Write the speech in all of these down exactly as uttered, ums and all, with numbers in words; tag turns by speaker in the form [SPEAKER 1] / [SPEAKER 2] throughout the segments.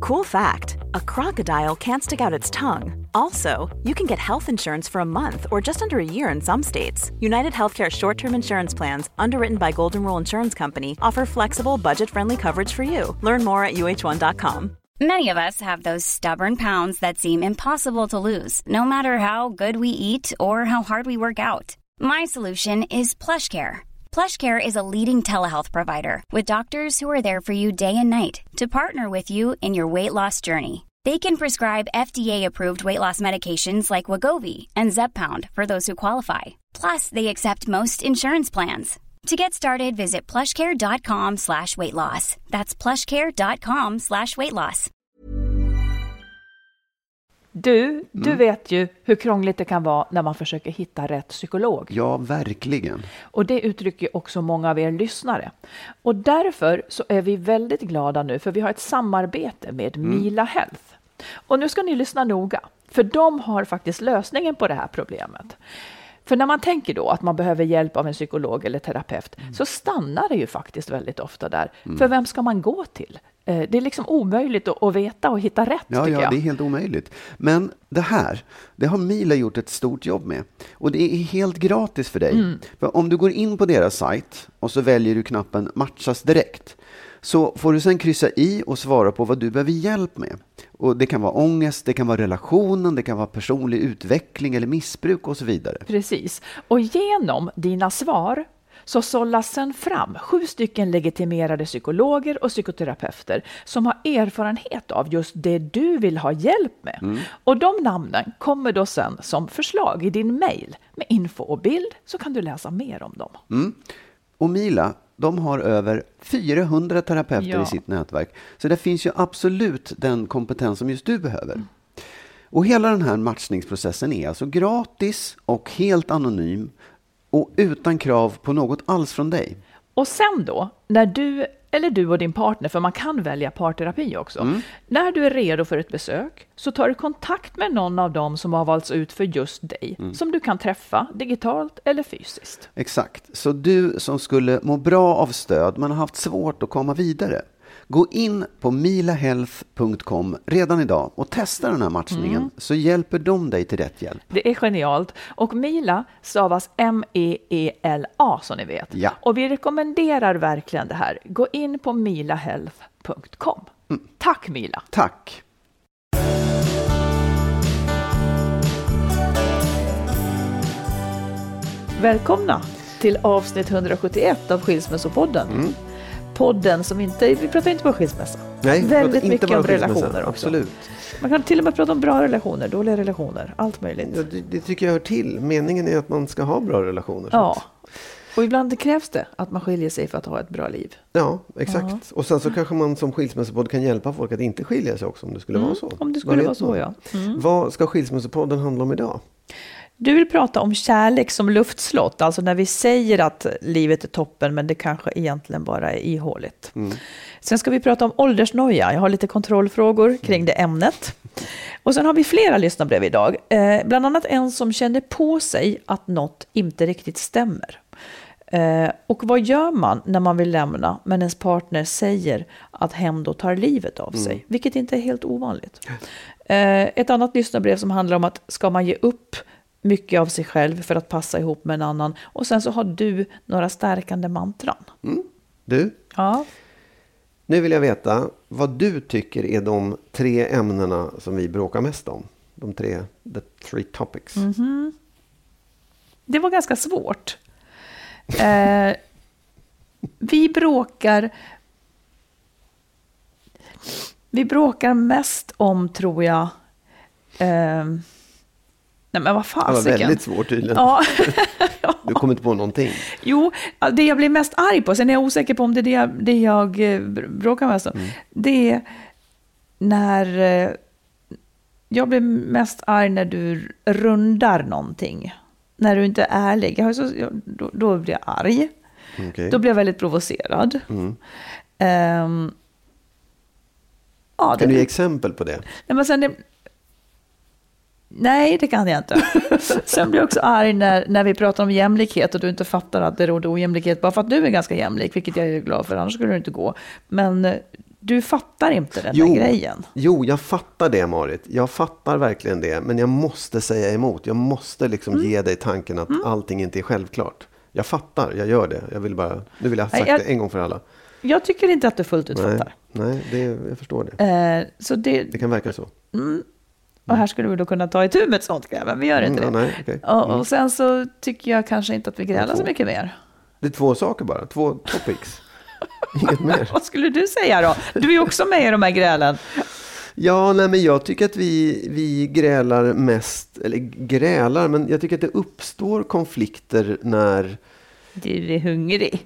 [SPEAKER 1] Cool fact, a crocodile can't stick out its tongue. Also, you can get health insurance for a month or just under a year in some states. United Healthcare short-term insurance plans, underwritten by Golden Rule Insurance Company, offer flexible, budget-friendly coverage for you. Learn more at U H one dot com.
[SPEAKER 2] Many of us have those stubborn pounds that seem impossible to lose, no matter how good we eat or how hard we work out. My solution is PlushCare. PlushCare is a leading telehealth provider with doctors who are there for you day and night to partner with you in your weight loss journey. They can prescribe F D A-approved weight loss medications like Wegovy and Zepbound for those who qualify. Plus, they accept most insurance plans. To get started, visit plushcare.com slash weight loss. That's plushcare.com slash weight loss.
[SPEAKER 3] Du, du
[SPEAKER 4] Mm.
[SPEAKER 3] vet ju hur krångligt det kan vara när man försöker hitta rätt psykolog.
[SPEAKER 4] Ja, verkligen.
[SPEAKER 3] Och det uttrycker också många av er lyssnare. Och därför så är vi väldigt glada nu, för vi har ett samarbete med
[SPEAKER 4] Mm.
[SPEAKER 3] Mila Health. Och nu ska ni lyssna noga, för de har faktiskt lösningen på det här problemet. För när man tänker då att man behöver hjälp av en psykolog eller terapeut, mm. så stannar det ju faktiskt väldigt ofta där. Mm. För vem ska man gå till? Det är liksom omöjligt att veta och hitta rätt,
[SPEAKER 4] ja,
[SPEAKER 3] tycker
[SPEAKER 4] ja,
[SPEAKER 3] jag.
[SPEAKER 4] det är helt omöjligt. Men det här, det har Mila gjort ett stort jobb med. Och det är helt gratis för dig. Mm. För om du går in på deras sajt och så väljer du knappen matchas direkt, så får du sen kryssa i och svara på vad du behöver hjälp med. Och det kan vara ångest, det kan vara relationen, det kan vara personlig utveckling eller missbruk och så vidare.
[SPEAKER 3] Precis. Och genom dina svar så sållas sen fram sju stycken legitimerade psykologer och psykoterapeuter som har erfarenhet av just det du vill ha hjälp med. Mm. Och de namnen kommer då sen som förslag i din mejl med info och bild, så kan du läsa mer om dem.
[SPEAKER 4] Mm. Och Mila, de har över fyrahundra terapeuter ja. i sitt nätverk. Så det finns ju absolut den kompetens som just du behöver. Mm. Och hela den här matchningsprocessen är alltså gratis och helt anonym och utan krav på något alls från dig.
[SPEAKER 3] Och sen då, när du eller du och din partner, för man kan välja parterapi också. Mm. När du är redo för ett besök så tar du kontakt med någon av dem som har valts ut för just dig. Mm. Som du kan träffa digitalt eller fysiskt.
[SPEAKER 4] Exakt. Så du som skulle må bra av stöd men har haft svårt att komma vidare. Gå in på milahealth punkt com redan idag och testa den här matchningen, mm. så hjälper de dig till rätt hjälp.
[SPEAKER 3] Det är genialt. Och Mila stavas M E E L A som ni vet.
[SPEAKER 4] Ja.
[SPEAKER 3] Och vi rekommenderar verkligen det här. Gå in på milahealth punkt com. Mm. Tack Mila.
[SPEAKER 4] Tack.
[SPEAKER 3] Välkomna till avsnitt hundrasjuttioett av Skilsmässopodden. Mm. Podden som inte, vi pratar inte bara skilsmässa.
[SPEAKER 4] Nej,
[SPEAKER 3] väldigt mycket
[SPEAKER 4] inte
[SPEAKER 3] om relationer också.
[SPEAKER 4] Absolut.
[SPEAKER 3] Man kan till och med prata om bra relationer, dåliga relationer, allt möjligt.
[SPEAKER 5] Ja, det, det tycker jag hör till. Meningen är att man ska ha bra relationer.
[SPEAKER 3] Ja, och ibland krävs det att man skiljer sig för att ha ett bra liv.
[SPEAKER 5] Ja, exakt. Ja. Och sen så kanske man som skilsmässopodd kan hjälpa folk att inte skilja sig också, om det skulle
[SPEAKER 3] mm,
[SPEAKER 5] vara så.
[SPEAKER 3] Om det skulle vara så,
[SPEAKER 5] man?
[SPEAKER 3] ja. Mm.
[SPEAKER 5] Vad ska skilsmässopodden handla om idag?
[SPEAKER 3] Du vill prata om kärlek som luftslott, alltså när vi säger att livet är toppen men det kanske egentligen bara är ihåligt. Mm. Sen ska vi prata om åldersnoja. Jag har lite kontrollfrågor kring det ämnet. Och sen har vi flera lyssnarbrev idag. Eh, bland annat en som kände på sig att något inte riktigt stämmer. Eh, och vad gör man när man vill lämna men ens partner säger att hen då tar livet av sig? Mm. Vilket inte är helt ovanligt. Eh, ett annat lyssnarbrev som handlar om att ska man ge upp mycket av sig själv för att passa ihop med en annan. Och sen så har du några stärkande mantran.
[SPEAKER 5] Mm. Du?
[SPEAKER 3] Ja.
[SPEAKER 5] Nu vill jag veta vad du tycker är de tre ämnena som vi bråkar mest om. De tre, the three topics.
[SPEAKER 3] Mm-hmm. Det var ganska svårt. eh, vi bråkar... Vi bråkar mest om, tror jag... Eh, Nej, men vad fasiken.
[SPEAKER 5] Det var väldigt svårt tydligen.
[SPEAKER 3] Ja.
[SPEAKER 5] Du kommer inte på någonting.
[SPEAKER 3] Jo, det jag blir mest arg på, sen är jag osäker på om det är det jag, det jag bråkar med. Mm. Det är när jag blir mest arg när du rundar någonting. När du inte är ärlig. Jag har så, då, då blir jag arg. Okay. Då blir jag väldigt provocerad. Mm. Um, ja,
[SPEAKER 5] kan
[SPEAKER 3] det,
[SPEAKER 5] du ge exempel på det?
[SPEAKER 3] Nej, men sen det, Nej, det kan jag inte. Sen blir jag också arg när, när vi pratar om jämlikhet och du inte fattar att det råder ojämlikhet bara för att du är ganska jämlik, vilket jag är glad för, annars skulle det inte gå. Men du fattar inte den
[SPEAKER 5] jo,
[SPEAKER 3] där grejen.
[SPEAKER 5] Jo, jag fattar det, Marit. Jag fattar verkligen det. Men jag måste säga emot. Jag måste liksom mm. ge dig tanken att mm. allting inte är självklart. Jag fattar, jag gör det. Jag vill bara, nu vill jag ha sagt jag, det en gång för alla.
[SPEAKER 3] Jag tycker inte att du fullt ut
[SPEAKER 5] nej,
[SPEAKER 3] fattar.
[SPEAKER 5] Nej, det, jag förstår det.
[SPEAKER 3] Eh, så det.
[SPEAKER 5] Det kan verka så.
[SPEAKER 3] Mm. Och här skulle vi då kunna ta itu med ett sånt grej, men vi gör inte
[SPEAKER 5] mm,
[SPEAKER 3] det.
[SPEAKER 5] Ja, nej, okay.
[SPEAKER 3] och,
[SPEAKER 5] mm.
[SPEAKER 3] och sen så tycker jag kanske inte att vi grälar så mycket mer.
[SPEAKER 5] Det är två saker bara, två topics. Inget mer.
[SPEAKER 3] Vad skulle du säga då? Du är också med i de här grälen.
[SPEAKER 5] Ja, nej, men jag tycker att vi, vi grälar mest, eller grälar, men jag tycker att det uppstår konflikter när...
[SPEAKER 3] Du är hungrig.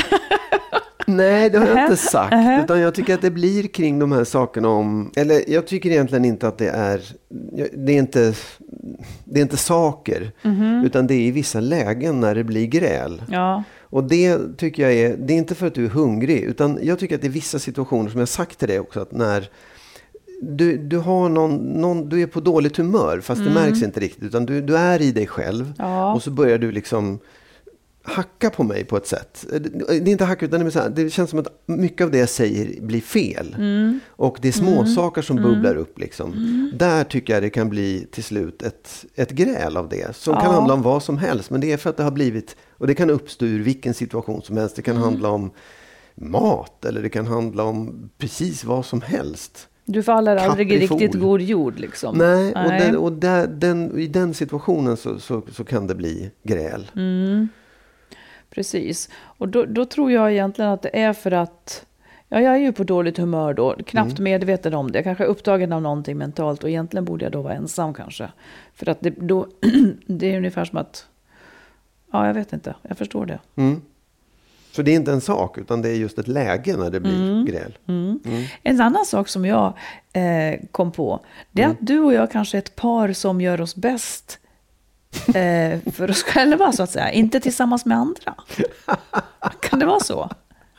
[SPEAKER 5] Nej, det har jag inte sagt. Uh-huh. Utan jag tycker att det blir kring de här sakerna om... Eller jag tycker egentligen inte att det är... Det är inte, det är inte saker. Uh-huh. Utan det är i vissa lägen när det blir gräl.
[SPEAKER 3] Ja.
[SPEAKER 5] Och det tycker jag är... Det är inte för att du är hungrig. Utan jag tycker att det är vissa situationer som jag sagt till dig också. Att när... Du, du, har någon, någon, du är på dåligt humör. Fast mm. det märks inte riktigt. Utan du, du är i dig själv.
[SPEAKER 3] Ja. Och
[SPEAKER 5] så börjar du liksom... hacka på mig på ett sätt. Det är inte hacka, utan det, är så här, det känns som att mycket av det jag säger blir fel. Mm. Och det är små mm. saker som mm. bubblar upp. Liksom. Mm. Där tycker jag det kan bli till slut ett, ett gräl av det. Som ja. kan handla om vad som helst. Men det är för att det har blivit, och det kan uppstå ur vilken situation som helst. Det kan mm. handla om mat. Eller det kan handla om precis vad som helst.
[SPEAKER 3] Du faller aldrig i riktigt god jord liksom.
[SPEAKER 5] Nej, Nej. och, den, och där, den, i den situationen så, så, så kan det bli gräl.
[SPEAKER 3] Mm. Precis. Och då, då tror jag egentligen att det är för att ja, jag är ju på dåligt humör då. Knappt mm. medveten om det. Jag kanske är upptagen av någonting mentalt. Och egentligen borde jag då vara ensam kanske. För att det, då, det är ungefär som att ja, jag vet inte. Jag förstår det.
[SPEAKER 5] Mm. Så det är inte en sak utan det är just ett läge när det blir
[SPEAKER 3] mm.
[SPEAKER 5] gräl.
[SPEAKER 3] Mm. Mm. En annan sak som jag eh, kom på. Det är mm. att du och jag kanske är ett par som gör oss bäst Eh, för oss själva så att säga, inte tillsammans med andra. Kan det vara så?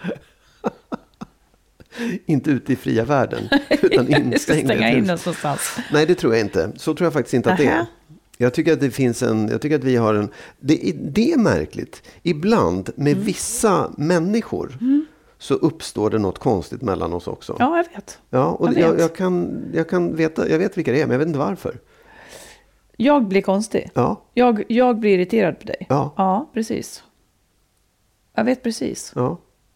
[SPEAKER 5] Inte ute i fria världen utan instängda.
[SPEAKER 3] stänga in oss någonstans.
[SPEAKER 5] Nej, det tror jag inte. Så tror jag faktiskt inte att Aha. det är. Jag tycker att det finns en, jag tycker att vi har en, det är, det är märkligt. Ibland med mm. vissa människor mm. så uppstår det något konstigt mellan oss också.
[SPEAKER 3] Ja, jag vet.
[SPEAKER 5] Ja, och jag, jag, jag kan, jag kan veta, jag vet vilka det är, men jag vet inte varför.
[SPEAKER 3] Jag blir konstig.
[SPEAKER 5] Ja.
[SPEAKER 3] Jag, jag blir irriterad på dig.
[SPEAKER 5] Ja.
[SPEAKER 3] Ja, precis. Jag vet precis.
[SPEAKER 5] Ja.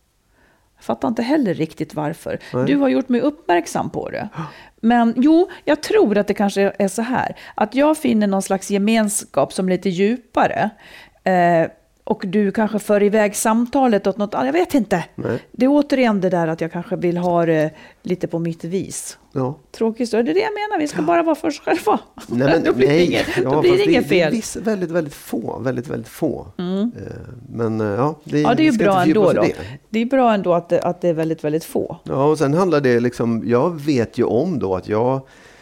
[SPEAKER 3] Jag fattar inte heller riktigt varför.
[SPEAKER 5] Nej.
[SPEAKER 3] Du har gjort mig uppmärksam på det. Men jo, jag tror att det kanske är så här. Att jag finner någon slags gemenskap som är lite djupare. Eh, och du kanske för iväg samtalet åt något annat. Jag vet inte.
[SPEAKER 5] Nej.
[SPEAKER 3] Det är återigen det där att jag kanske vill ha det lite på mitt vis.
[SPEAKER 5] Ja.
[SPEAKER 3] Tråkigt så. Det är det jag menar. Vi ska bara vara för oss själva.
[SPEAKER 5] Nej, men,
[SPEAKER 3] då blir det
[SPEAKER 5] nej.
[SPEAKER 3] inget,
[SPEAKER 5] ja,
[SPEAKER 3] då blir det inget
[SPEAKER 5] det,
[SPEAKER 3] fel.
[SPEAKER 5] Det är viss, väldigt, väldigt få. Väldigt, väldigt få.
[SPEAKER 3] Mm.
[SPEAKER 5] Men ja, det,
[SPEAKER 3] ja, det är ju bra ändå. Då.
[SPEAKER 5] Det.
[SPEAKER 3] det är bra ändå att det, att det är väldigt, väldigt få.
[SPEAKER 5] Ja, och sen handlar det liksom, jag vet ju om då att jag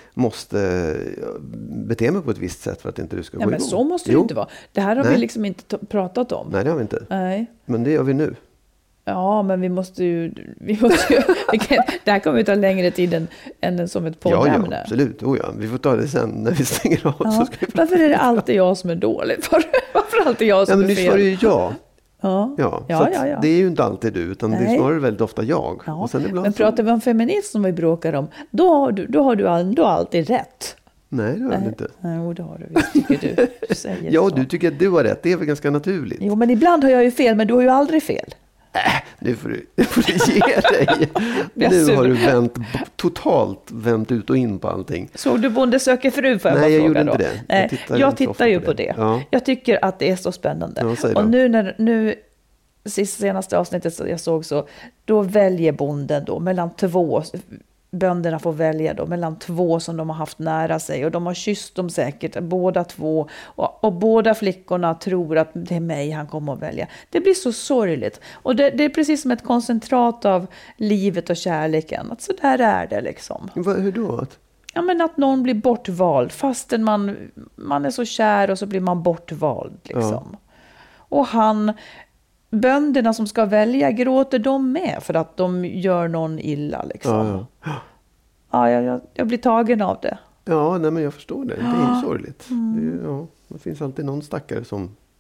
[SPEAKER 5] måste bete mig på ett visst sätt för att inte du ska
[SPEAKER 3] ja,
[SPEAKER 5] gå
[SPEAKER 3] men
[SPEAKER 5] igång.
[SPEAKER 3] Så måste det
[SPEAKER 5] jo.
[SPEAKER 3] inte vara. Det här har
[SPEAKER 5] Nej.
[SPEAKER 3] vi liksom inte t- pratat om.
[SPEAKER 5] Nej, det har vi inte.
[SPEAKER 3] Nej.
[SPEAKER 5] Men det gör vi nu.
[SPEAKER 3] Ja, men vi måste ju... Vi måste ju vi kan, det här kommer ju ta längre tid än, än som ett poddämne.
[SPEAKER 5] Ja, ja, absolut. Oh, ja. Vi får ta det sen när vi stänger av.
[SPEAKER 3] Ja.
[SPEAKER 5] Så ska vi
[SPEAKER 3] Varför är det alltid jag som är dålig? Varför är det alltid jag som
[SPEAKER 5] ja, men
[SPEAKER 3] är fel?
[SPEAKER 5] Nu svarar ju jag.
[SPEAKER 3] Ja,
[SPEAKER 5] ja,
[SPEAKER 3] ja,
[SPEAKER 5] så
[SPEAKER 3] ja, ja.
[SPEAKER 5] Det är ju inte alltid du, utan Nej. det är snarare väldigt ofta jag.
[SPEAKER 3] Ja.
[SPEAKER 5] Och sen ibland
[SPEAKER 3] men
[SPEAKER 5] så...
[SPEAKER 3] pratar vi om feminism som vi bråkar om, då har du, då har du ändå alltid rätt.
[SPEAKER 5] Nej, det har jag inte.
[SPEAKER 3] Nej, det har du visst, tycker du. du säger
[SPEAKER 5] ja,
[SPEAKER 3] så.
[SPEAKER 5] du tycker att du har rätt. Det är väl ganska naturligt.
[SPEAKER 3] Jo, men ibland har jag ju fel, men du har ju aldrig fel.
[SPEAKER 5] Äh, nu får du, nu får du ge dig. Nu har du vänt, totalt vänt ut och in på allting.
[SPEAKER 3] Såg du Bonde söker fru för
[SPEAKER 5] Nej, jag, jag gjorde
[SPEAKER 3] då?
[SPEAKER 5] inte det.
[SPEAKER 3] Nej, jag tittar, jag tittar ju på det. det. Ja. Jag tycker att det är så spännande.
[SPEAKER 5] Ja,
[SPEAKER 3] och nu när nu sist senaste avsnittet jag såg så, då väljer bonden då mellan två, bönderna får välja då mellan två som de har haft nära sig och de har kysst dem säkert, båda två, och, och båda flickorna tror att det är mig han kommer att välja. Det blir så sorgligt och det, det är precis som ett koncentrat av livet och kärleken, att så där är det liksom.
[SPEAKER 5] Va, hur då?
[SPEAKER 3] Ja, men att någon blir bortvald fastän man, man är så kär och så blir man bortvald liksom. Ja. Och han bönderna som ska välja, gråter de med för att de gör någon illa liksom.
[SPEAKER 5] Ja, ja.
[SPEAKER 3] Ja, jag, jag blir tagen av det.
[SPEAKER 5] Ja, nej, men jag förstår det. Det är ju sorgligt.
[SPEAKER 3] Mm.
[SPEAKER 5] Det, ja, det finns alltid någon stackare som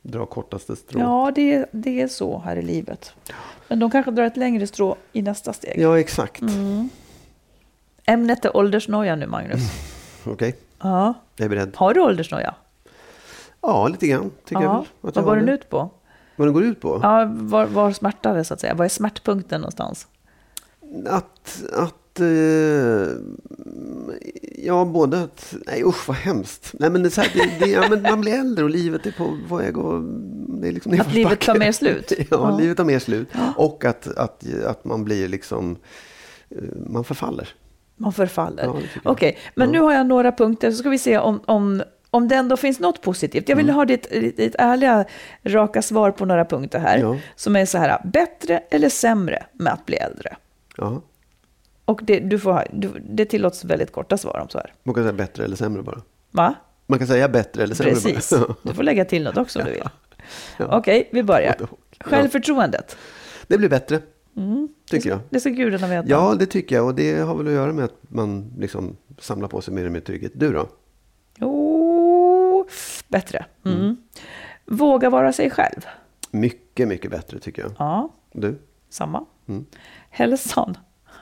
[SPEAKER 5] dra kortaste strå.
[SPEAKER 3] Ja, det, det är så här i livet. Men de kanske drar ett längre strå i nästa steg.
[SPEAKER 5] Ja, exakt.
[SPEAKER 3] Mm. Ämnet är åldersnoja nu, Magnus.
[SPEAKER 5] Okej, okay.
[SPEAKER 3] Ja.
[SPEAKER 5] Jag är beredd.
[SPEAKER 3] Har du åldersnoja?
[SPEAKER 5] Ja, lite grann. Tycker
[SPEAKER 3] ja.
[SPEAKER 5] jag att
[SPEAKER 3] Vad går den ut på?
[SPEAKER 5] Vad den går ut på?
[SPEAKER 3] Ja, var, var smärtar det så att säga? Var är smärtpunkten någonstans?
[SPEAKER 5] Att, att eh, ja, både att, nej usch vad hemskt. Nej, men det är så här, det, det, ja, men man blir äldre och livet är på väg och det är liksom
[SPEAKER 3] att livet tar mer slut?
[SPEAKER 5] ja, ja, livet tar mer slut. Ja. Och att, att, att man blir liksom, man förfaller.
[SPEAKER 3] Man förfaller.
[SPEAKER 5] Ja,
[SPEAKER 3] Okej, okay. Men ja. Nu har jag några punkter så ska vi se om, om, om det ändå finns något positivt. Jag vill mm. ha ditt, ditt ärliga, raka svar på några punkter här. Ja. Som är så här, bättre eller sämre med att bli äldre?
[SPEAKER 5] Ja.
[SPEAKER 3] Och det, du får ha, du, det tillåts väldigt korta svar om så här.
[SPEAKER 5] Man kan säga bättre eller sämre bara.
[SPEAKER 3] Va?
[SPEAKER 5] Man kan säga bättre eller sämre
[SPEAKER 3] Precis.
[SPEAKER 5] bara.
[SPEAKER 3] Precis. Du får lägga till något också om du vill. Ja. Okej, okay, vi börjar. Självförtroendet.
[SPEAKER 5] Det blir bättre.
[SPEAKER 3] Mm.
[SPEAKER 5] Tycker jag.
[SPEAKER 3] Det ska gudarna veta.
[SPEAKER 5] Ja, det tycker jag. Och det har väl att göra med att man liksom samlar på sig mer och mer trygghet. Du då?
[SPEAKER 3] Oh, bättre. Mm. Mm. Våga vara sig själv.
[SPEAKER 5] Mycket, mycket bättre tycker jag.
[SPEAKER 3] Ja.
[SPEAKER 5] Du?
[SPEAKER 3] Samma.
[SPEAKER 5] Mm.
[SPEAKER 3] Hälsan.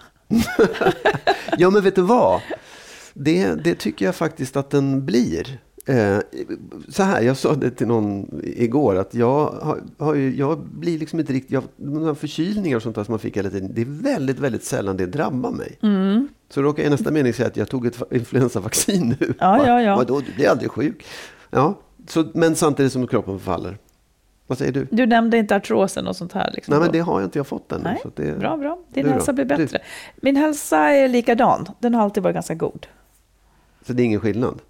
[SPEAKER 5] Ja, men vet du vad? Det, det tycker jag faktiskt att den blir. Eh, så här, jag sa det till någon igår att jag, har, har ju, jag blir liksom inte riktigt, jag, de här förkylningar och sånt där som man fick hela tiden, det är väldigt, väldigt sällan det drabbar mig.
[SPEAKER 3] Mm.
[SPEAKER 5] Så råkar jag i nästa mening säga att jag tog ett influensavaccin nu.
[SPEAKER 3] Ja, ja, ja.
[SPEAKER 5] Vadå, du blir aldrig sjuk. Ja, så, men samtidigt som kroppen förfaller. Vad säger du?
[SPEAKER 3] Du nämnde inte artrosen och sånt här. Liksom.
[SPEAKER 5] Nej, men det har jag inte jag fått än.
[SPEAKER 3] Nej,
[SPEAKER 5] så det,
[SPEAKER 3] bra, bra. Din
[SPEAKER 5] du
[SPEAKER 3] hälsa
[SPEAKER 5] då?
[SPEAKER 3] blir bättre.
[SPEAKER 5] Du.
[SPEAKER 3] Min hälsa är likadan. Den har alltid varit ganska god.
[SPEAKER 5] Så det är ingen skillnad?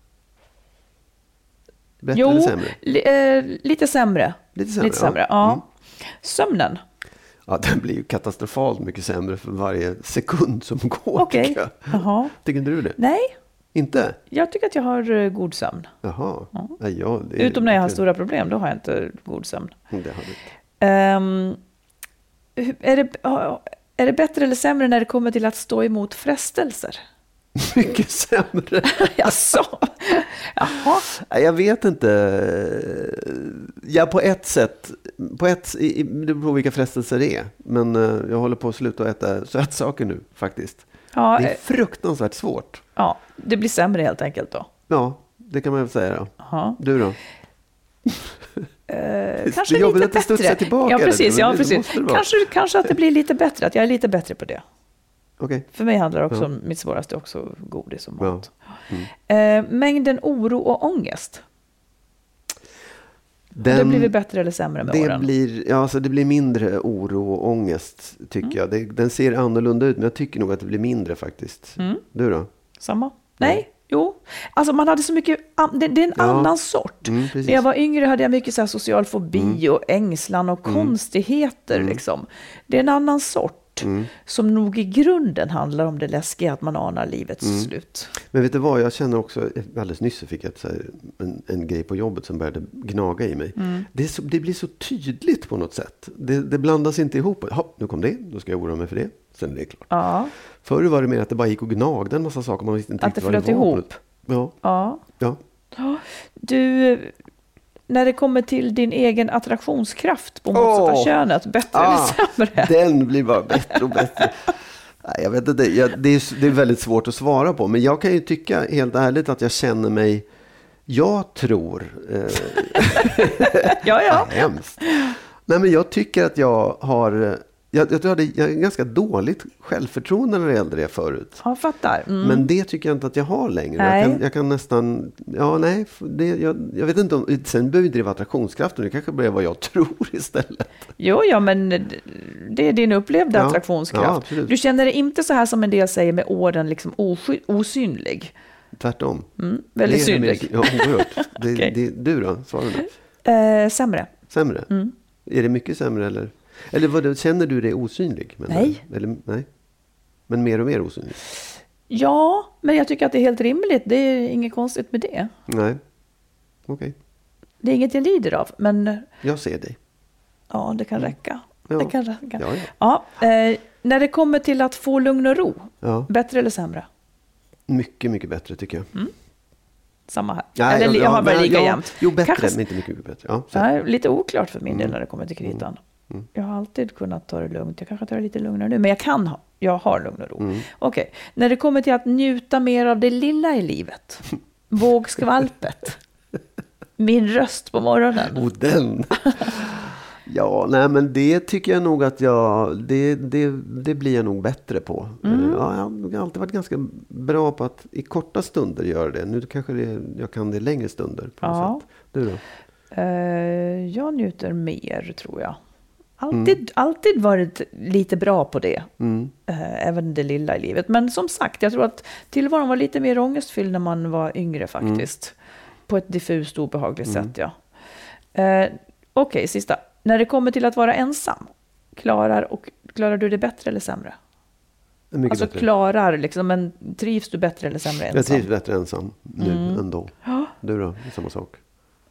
[SPEAKER 5] Bättre
[SPEAKER 3] jo,
[SPEAKER 5] eller sämre?
[SPEAKER 3] Li, eh, lite sämre.
[SPEAKER 5] Lite sämre,
[SPEAKER 3] lite sämre ja. ja. Mm. Sömnen?
[SPEAKER 5] Ja, den blir ju katastrofalt mycket sämre för varje sekund som går.
[SPEAKER 3] Okej.
[SPEAKER 5] Tycker jag.
[SPEAKER 3] Jaha.
[SPEAKER 5] Tycker inte du det?
[SPEAKER 3] Nej.
[SPEAKER 5] Inte?
[SPEAKER 3] Jag tycker att jag har uh, god sömn.
[SPEAKER 5] Jaha.
[SPEAKER 3] Ja.
[SPEAKER 5] Ja, ja, det är
[SPEAKER 3] utom när jag har
[SPEAKER 5] inte...
[SPEAKER 3] stora problem, då har jag inte god sömn.
[SPEAKER 5] Det har du inte.
[SPEAKER 3] Um, är, det, är det bättre eller sämre när det kommer till att stå emot frestelser?
[SPEAKER 5] Mycket sämre.
[SPEAKER 3] Jaså? Jaha.
[SPEAKER 5] Jag vet inte. Ja, på ett sätt. På ett, det beror på vilka frestelser det är. Men jag håller på att sluta äta sötsaker nu faktiskt.
[SPEAKER 3] Ja,
[SPEAKER 5] det är fruktansvärt svårt.
[SPEAKER 3] Ja, det blir sämre helt enkelt då.
[SPEAKER 5] Ja, det kan man väl säga då.
[SPEAKER 3] Aha.
[SPEAKER 5] Du då?
[SPEAKER 3] Eh, kanske lite
[SPEAKER 5] att
[SPEAKER 3] bättre.
[SPEAKER 5] Tillbaka,
[SPEAKER 3] ja, precis.
[SPEAKER 5] det,
[SPEAKER 3] Ja, precis. Kanske, kanske att det blir lite bättre. Att jag är lite bättre på det.
[SPEAKER 5] Okay.
[SPEAKER 3] För mig handlar också
[SPEAKER 5] ja.
[SPEAKER 3] om mitt svåraste också godis och mat.
[SPEAKER 5] Ja. Mm.
[SPEAKER 3] Eh, mängden oro och ångest.
[SPEAKER 5] Den,
[SPEAKER 3] det blir bättre eller sämre med
[SPEAKER 5] det
[SPEAKER 3] åren?
[SPEAKER 5] Blir, ja, alltså det blir mindre oro och ångest tycker mm. jag. Det, den ser annorlunda ut men jag tycker nog att det blir mindre faktiskt. Mm. Du då?
[SPEAKER 3] Samma. Nej. Nej. Jo, alltså man hade så mycket, det, det är en ja. annan sort.
[SPEAKER 5] Mm,
[SPEAKER 3] när jag var yngre hade jag mycket så här social fobi mm. och ängslan och mm. konstigheter.
[SPEAKER 5] Mm.
[SPEAKER 3] Liksom. Det är en annan sort mm. som nog i grunden handlar om det läskiga att man anar livets mm. slut.
[SPEAKER 5] Men vet du vad, jag känner också, alldeles nyss fick jag ett, så här, en, en grej på jobbet som började gnaga i mig. Mm. Det, är så, det blir så tydligt på något sätt. Det, det blandas inte ihop. Ha, nu kom det, då ska jag oroa mig för det. Sen är det klart.
[SPEAKER 3] Ja.
[SPEAKER 5] Förr var det mer att det bara gick och gnagde en massa saker. Man visste inte
[SPEAKER 3] att det flöt ihop.
[SPEAKER 5] Ja.
[SPEAKER 3] Ja.
[SPEAKER 5] ja.
[SPEAKER 3] Du, när det kommer till din egen attraktionskraft på motsatta oh. könet, bättre ah, eller sämre?
[SPEAKER 5] Den blir bara bättre och bättre. Nej, jag vet inte, jag, det, är, det är väldigt svårt att svara på. Men jag kan ju tycka helt ärligt att jag känner mig, jag tror... Eh,
[SPEAKER 3] ja, ja.
[SPEAKER 5] Hemskt. Nej, men jag tycker att jag har... Jag, jag, hade, jag hade ganska dåligt självförtroende när det gällde det förut.
[SPEAKER 3] Jag fattar. Mm.
[SPEAKER 5] Men det tycker jag inte att jag har längre. Jag kan, jag kan nästan... Ja, nej. Det, jag, jag vet inte om... Sen behöver det vara attraktionskraften. Det kanske blir vad jag tror istället.
[SPEAKER 3] Jo, ja, men det är din upplevda
[SPEAKER 5] ja,
[SPEAKER 3] attraktionskraft.
[SPEAKER 5] Ja,
[SPEAKER 3] du känner dig inte så här som en del säger med åren liksom osy- osynlig.
[SPEAKER 5] Tvärtom.
[SPEAKER 3] Mm, väldigt synlig.
[SPEAKER 5] Mer, ja, oerhört. Det,
[SPEAKER 3] okay.
[SPEAKER 5] det, du då? Svarar
[SPEAKER 3] du? Eh, sämre.
[SPEAKER 5] Sämre?
[SPEAKER 3] Mm.
[SPEAKER 5] Är det mycket sämre eller... Eller vad, känner du dig osynlig?
[SPEAKER 3] Nej.
[SPEAKER 5] Eller, nej. Men mer och mer osynlig?
[SPEAKER 3] Ja, men jag tycker att det är helt rimligt. Det är inget konstigt med det.
[SPEAKER 5] Nej, okej. Okay.
[SPEAKER 3] Det är inget jag lider av, men...
[SPEAKER 5] Jag ser dig.
[SPEAKER 3] Ja, det kan räcka.
[SPEAKER 5] Ja.
[SPEAKER 3] Det kan räcka.
[SPEAKER 5] Ja, ja.
[SPEAKER 3] Ja, eh, när det kommer till att få lugn och ro,
[SPEAKER 5] ja.
[SPEAKER 3] Bättre eller sämre?
[SPEAKER 5] Mycket, mycket bättre tycker jag.
[SPEAKER 3] Mm. Samma här.
[SPEAKER 5] Nej,
[SPEAKER 3] Eller
[SPEAKER 5] ja,
[SPEAKER 3] jag har bara
[SPEAKER 5] men,
[SPEAKER 3] lika
[SPEAKER 5] ja,
[SPEAKER 3] jämnt.
[SPEAKER 5] Jo, bättre,
[SPEAKER 3] Kanske,
[SPEAKER 5] men inte mycket bättre. Ja, så.
[SPEAKER 3] ja, lite oklart för min del
[SPEAKER 5] Mm.
[SPEAKER 3] när det kommer till kritan.
[SPEAKER 5] Mm.
[SPEAKER 3] Jag har alltid kunnat ta det lugnt. Jag kanske tar det lite lugnare nu, men jag kan ha. Jag har lugn och ro.
[SPEAKER 5] Mm.
[SPEAKER 3] Okej, när det kommer till att njuta mer av det lilla i livet. Vågskvalpet. Min röst på morgonen.
[SPEAKER 5] Och den. Ja, nej men det tycker jag nog att jag, det, det, det blir jag nog bättre på.
[SPEAKER 3] Mm.
[SPEAKER 5] Ja, jag har alltid varit ganska bra på att i korta stunder göra det. Nu kanske det, jag kan det i längre stunder på något
[SPEAKER 3] Ja.
[SPEAKER 5] sätt. Du då?
[SPEAKER 3] Uh, jag njuter mer, tror jag. Alltid, mm. alltid varit lite bra på det.
[SPEAKER 5] Mm.
[SPEAKER 3] Uh, även det lilla i livet. Men som sagt, jag tror att tillvaron var lite mer ångestfylld när man var yngre faktiskt. Mm. På ett diffust obehagligt mm. sätt, ja. Uh, Okej, okay, sista. När det kommer till att vara ensam, klarar, och, klarar du det bättre eller sämre?
[SPEAKER 5] Mycket
[SPEAKER 3] alltså
[SPEAKER 5] bättre.
[SPEAKER 3] Klarar, liksom, men trivs du bättre eller sämre ensam?
[SPEAKER 5] Jag trivs bättre ensam nu
[SPEAKER 3] mm.
[SPEAKER 5] ändå.
[SPEAKER 3] Ja.
[SPEAKER 5] Du då? Det är samma sak.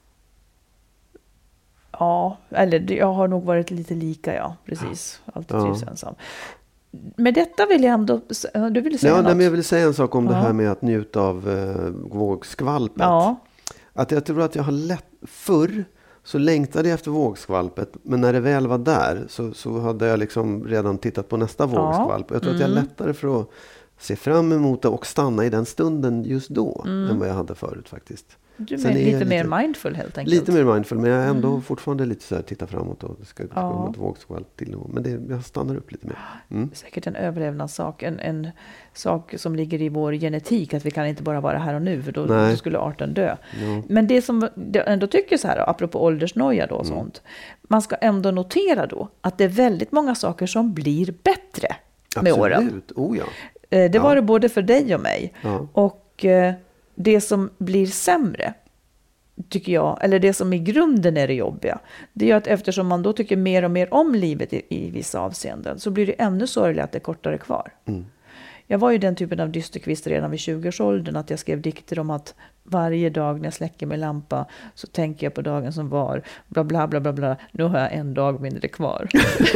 [SPEAKER 3] Ja, eller jag har nog varit lite lika, ja. Precis, alltid
[SPEAKER 5] ja.
[SPEAKER 3] trivs ensam. Men detta vill jag ändå... Du ville säga
[SPEAKER 5] ja,
[SPEAKER 3] något?
[SPEAKER 5] Nej, men jag vill säga en sak om
[SPEAKER 3] ja.
[SPEAKER 5] det här med att njuta av eh, vågskvalpet.
[SPEAKER 3] Ja.
[SPEAKER 5] Att jag tror att jag har lätt... Förr så längtade jag efter vågskvalpet. Men när det väl var där så, så hade jag liksom redan tittat på nästa vågskvalp.
[SPEAKER 3] Ja.
[SPEAKER 5] Jag tror mm. att jag är lättare för att se fram emot det och stanna i den stunden just då. Mm. Än vad jag hade förut faktiskt.
[SPEAKER 3] Du är lite mer lite, mindful helt enkelt.
[SPEAKER 5] Lite mer mindful, men jag är ändå mm. fortfarande lite så här, titta framåt och det ska ja. komma ett vågskvalp till. Men det, jag stannar upp lite mer. Mm.
[SPEAKER 3] Säkert en överlevnadssak, en, en sak som ligger i vår genetik, att vi kan inte bara vara här och nu, för då, då skulle arten dö. Ja. Men det som jag ändå tycker så här, apropå åldersnoja då och mm. sånt, man ska ändå notera då att det är väldigt många saker som blir bättre med
[SPEAKER 5] Absolut.
[SPEAKER 3] åren.
[SPEAKER 5] Oh, ja.
[SPEAKER 3] Det
[SPEAKER 5] ja.
[SPEAKER 3] var det både för dig och mig.
[SPEAKER 5] Ja.
[SPEAKER 3] Och det som blir sämre, tycker jag, eller det som i grunden är det jobbiga, det är ju att eftersom man då tycker mer och mer om livet i, i vissa avseenden, så blir det ännu sorgligare att det är kortare kvar. Mm. Jag var ju den typen av dysterkvist redan vid tjugoårsåldern, att jag skrev dikter om att varje dag när jag släcker min lampa så tänker jag på dagen som var, bla bla bla bla bla, nu har jag en dag mindre kvar.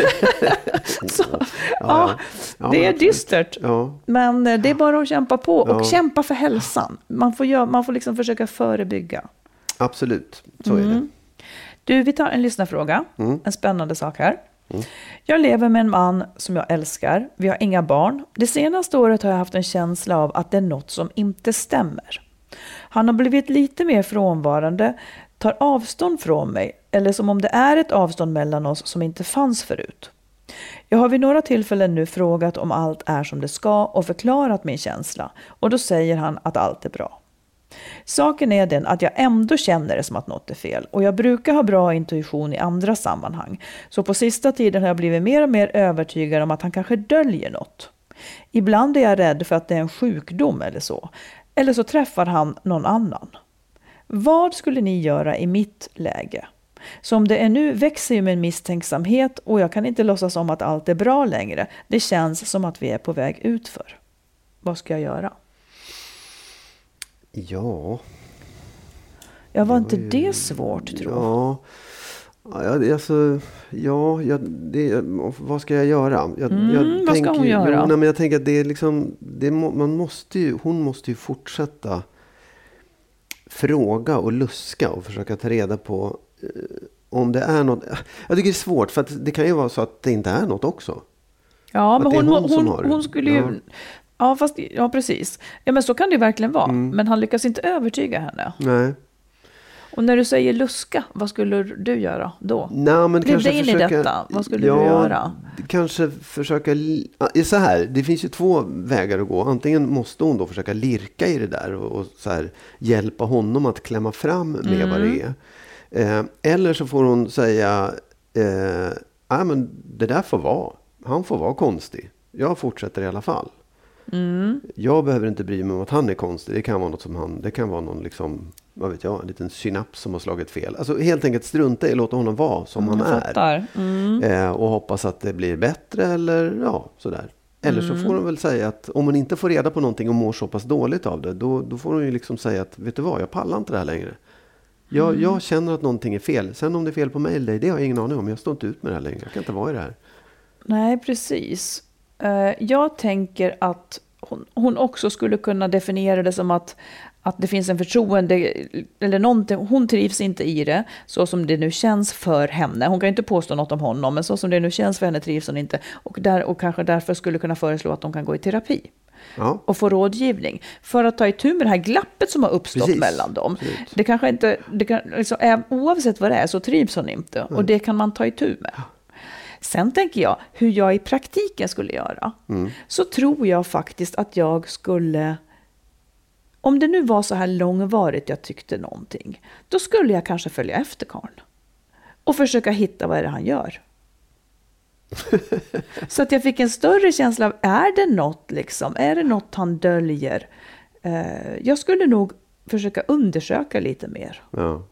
[SPEAKER 3] så, ja, ja, ja, det är dystert, ja. Men det är bara att kämpa på och ja. kämpa för hälsan. Man får, göra, man får liksom försöka förebygga.
[SPEAKER 5] Absolut, så mm. är det.
[SPEAKER 3] Du, vi tar en lyssnarfråga, mm. en spännande sak här. Mm. Jag lever med en man som jag älskar. Vi har inga barn. Det senaste året har jag haft en känsla av att det är något som inte stämmer. Han har blivit lite mer frånvarande, tar avstånd från mig, eller som om det är ett avstånd mellan oss som inte fanns förut. Jag har vid några tillfällen nu frågat om allt är som det ska och förklarat min känsla, och då säger han att allt är bra. Saken är den att jag ändå känner det som att något är fel, och jag brukar ha bra intuition i andra sammanhang, så på sista tiden har jag blivit mer och mer övertygad om att han kanske döljer något. Ibland är jag rädd för att det är en sjukdom eller så, eller så träffar han någon annan. Vad skulle ni göra i mitt läge? Som det är nu växer ju min misstänksamhet, och jag kan inte låtsas om att allt är bra längre. Det känns som att vi är på väg utför. Vad ska jag göra?
[SPEAKER 5] Ja.
[SPEAKER 3] Ja, var inte det, det svårt, tror jag?
[SPEAKER 5] Ja. Ja, alltså, ja, jag, det, vad ska jag göra? Jag,
[SPEAKER 3] mm,
[SPEAKER 5] jag
[SPEAKER 3] vad
[SPEAKER 5] tänker,
[SPEAKER 3] ska hon göra?
[SPEAKER 5] Jo, nej, men jag tänker att det är liksom, det, man måste ju, hon måste ju fortsätta fråga och luska och försöka ta reda på eh, om det är något. Jag tycker det är svårt, för att det kan ju vara så att det inte är något också.
[SPEAKER 3] Ja, men hon, hon, hon,
[SPEAKER 5] har,
[SPEAKER 3] hon skulle ju...
[SPEAKER 5] Ja.
[SPEAKER 3] Ja, fast, ja, precis. Ja, men så kan det ju verkligen vara. Mm. Men han lyckas inte övertyga henne.
[SPEAKER 5] Nej.
[SPEAKER 3] Och när du säger luska, vad skulle du göra då?
[SPEAKER 5] Nej, men
[SPEAKER 3] Blev
[SPEAKER 5] kanske
[SPEAKER 3] det in
[SPEAKER 5] försöka,
[SPEAKER 3] i detta? Vad skulle
[SPEAKER 5] ja,
[SPEAKER 3] du göra?
[SPEAKER 5] Kanske försöka... Så här, det finns ju två vägar att gå. Antingen måste hon då försöka lirka i det där och, och så här, hjälpa honom att klämma fram med mm. vad det är. Eh, eller så får hon säga, eh, nej, men det där får vara. Han får vara konstig. Jag fortsätter i alla fall. Mm. Jag behöver inte bry mig om att han är konstig. Det kan vara något som han, det kan vara någon liksom, vad vet jag, en liten synaps som har slagit fel. Alltså helt enkelt strunta i, låta honom vara som mm, han är. Mm. Eh, och hoppas att det blir bättre eller ja, sådär. Eller mm. så får hon väl säga att om hon inte får reda på någonting och mår så pass dåligt av det, då, då får hon ju liksom säga att vet du vad, jag pallar inte det här längre. Jag, mm. jag känner att någonting är fel. Sen om det är fel på mig eller dig, det har jag ingen aning om. Jag står inte ut med det här längre. Jag kan inte vara i det här.
[SPEAKER 3] Nej, precis. Uh, jag tänker att hon, hon också skulle kunna definiera det som att, att det finns en förtroende eller någonting. Hon trivs inte i det så som det nu känns för henne. Hon kan inte påstå något om honom, men så som det nu känns för henne trivs hon inte. Och, där, och kanske därför skulle kunna föreslå att de kan gå i terapi. Ja. Och få rådgivning för att ta itu med det här glappet som har uppstått Precis. mellan dem. Absolut. Det kanske inte, det kan, liksom, oavsett vad det är så trivs hon inte. Mm. Och det kan man ta itu med. Sen tänker jag, hur jag i praktiken skulle göra. Mm. Så tror jag faktiskt att jag skulle, om det nu var så här långvarigt jag tyckte någonting, då skulle jag kanske följa efter Karn. Och försöka hitta vad är det han gör. Så att jag fick en större känsla av, är det något liksom? Är det något han döljer? Uh, jag skulle nog försöka undersöka lite mer. Ja.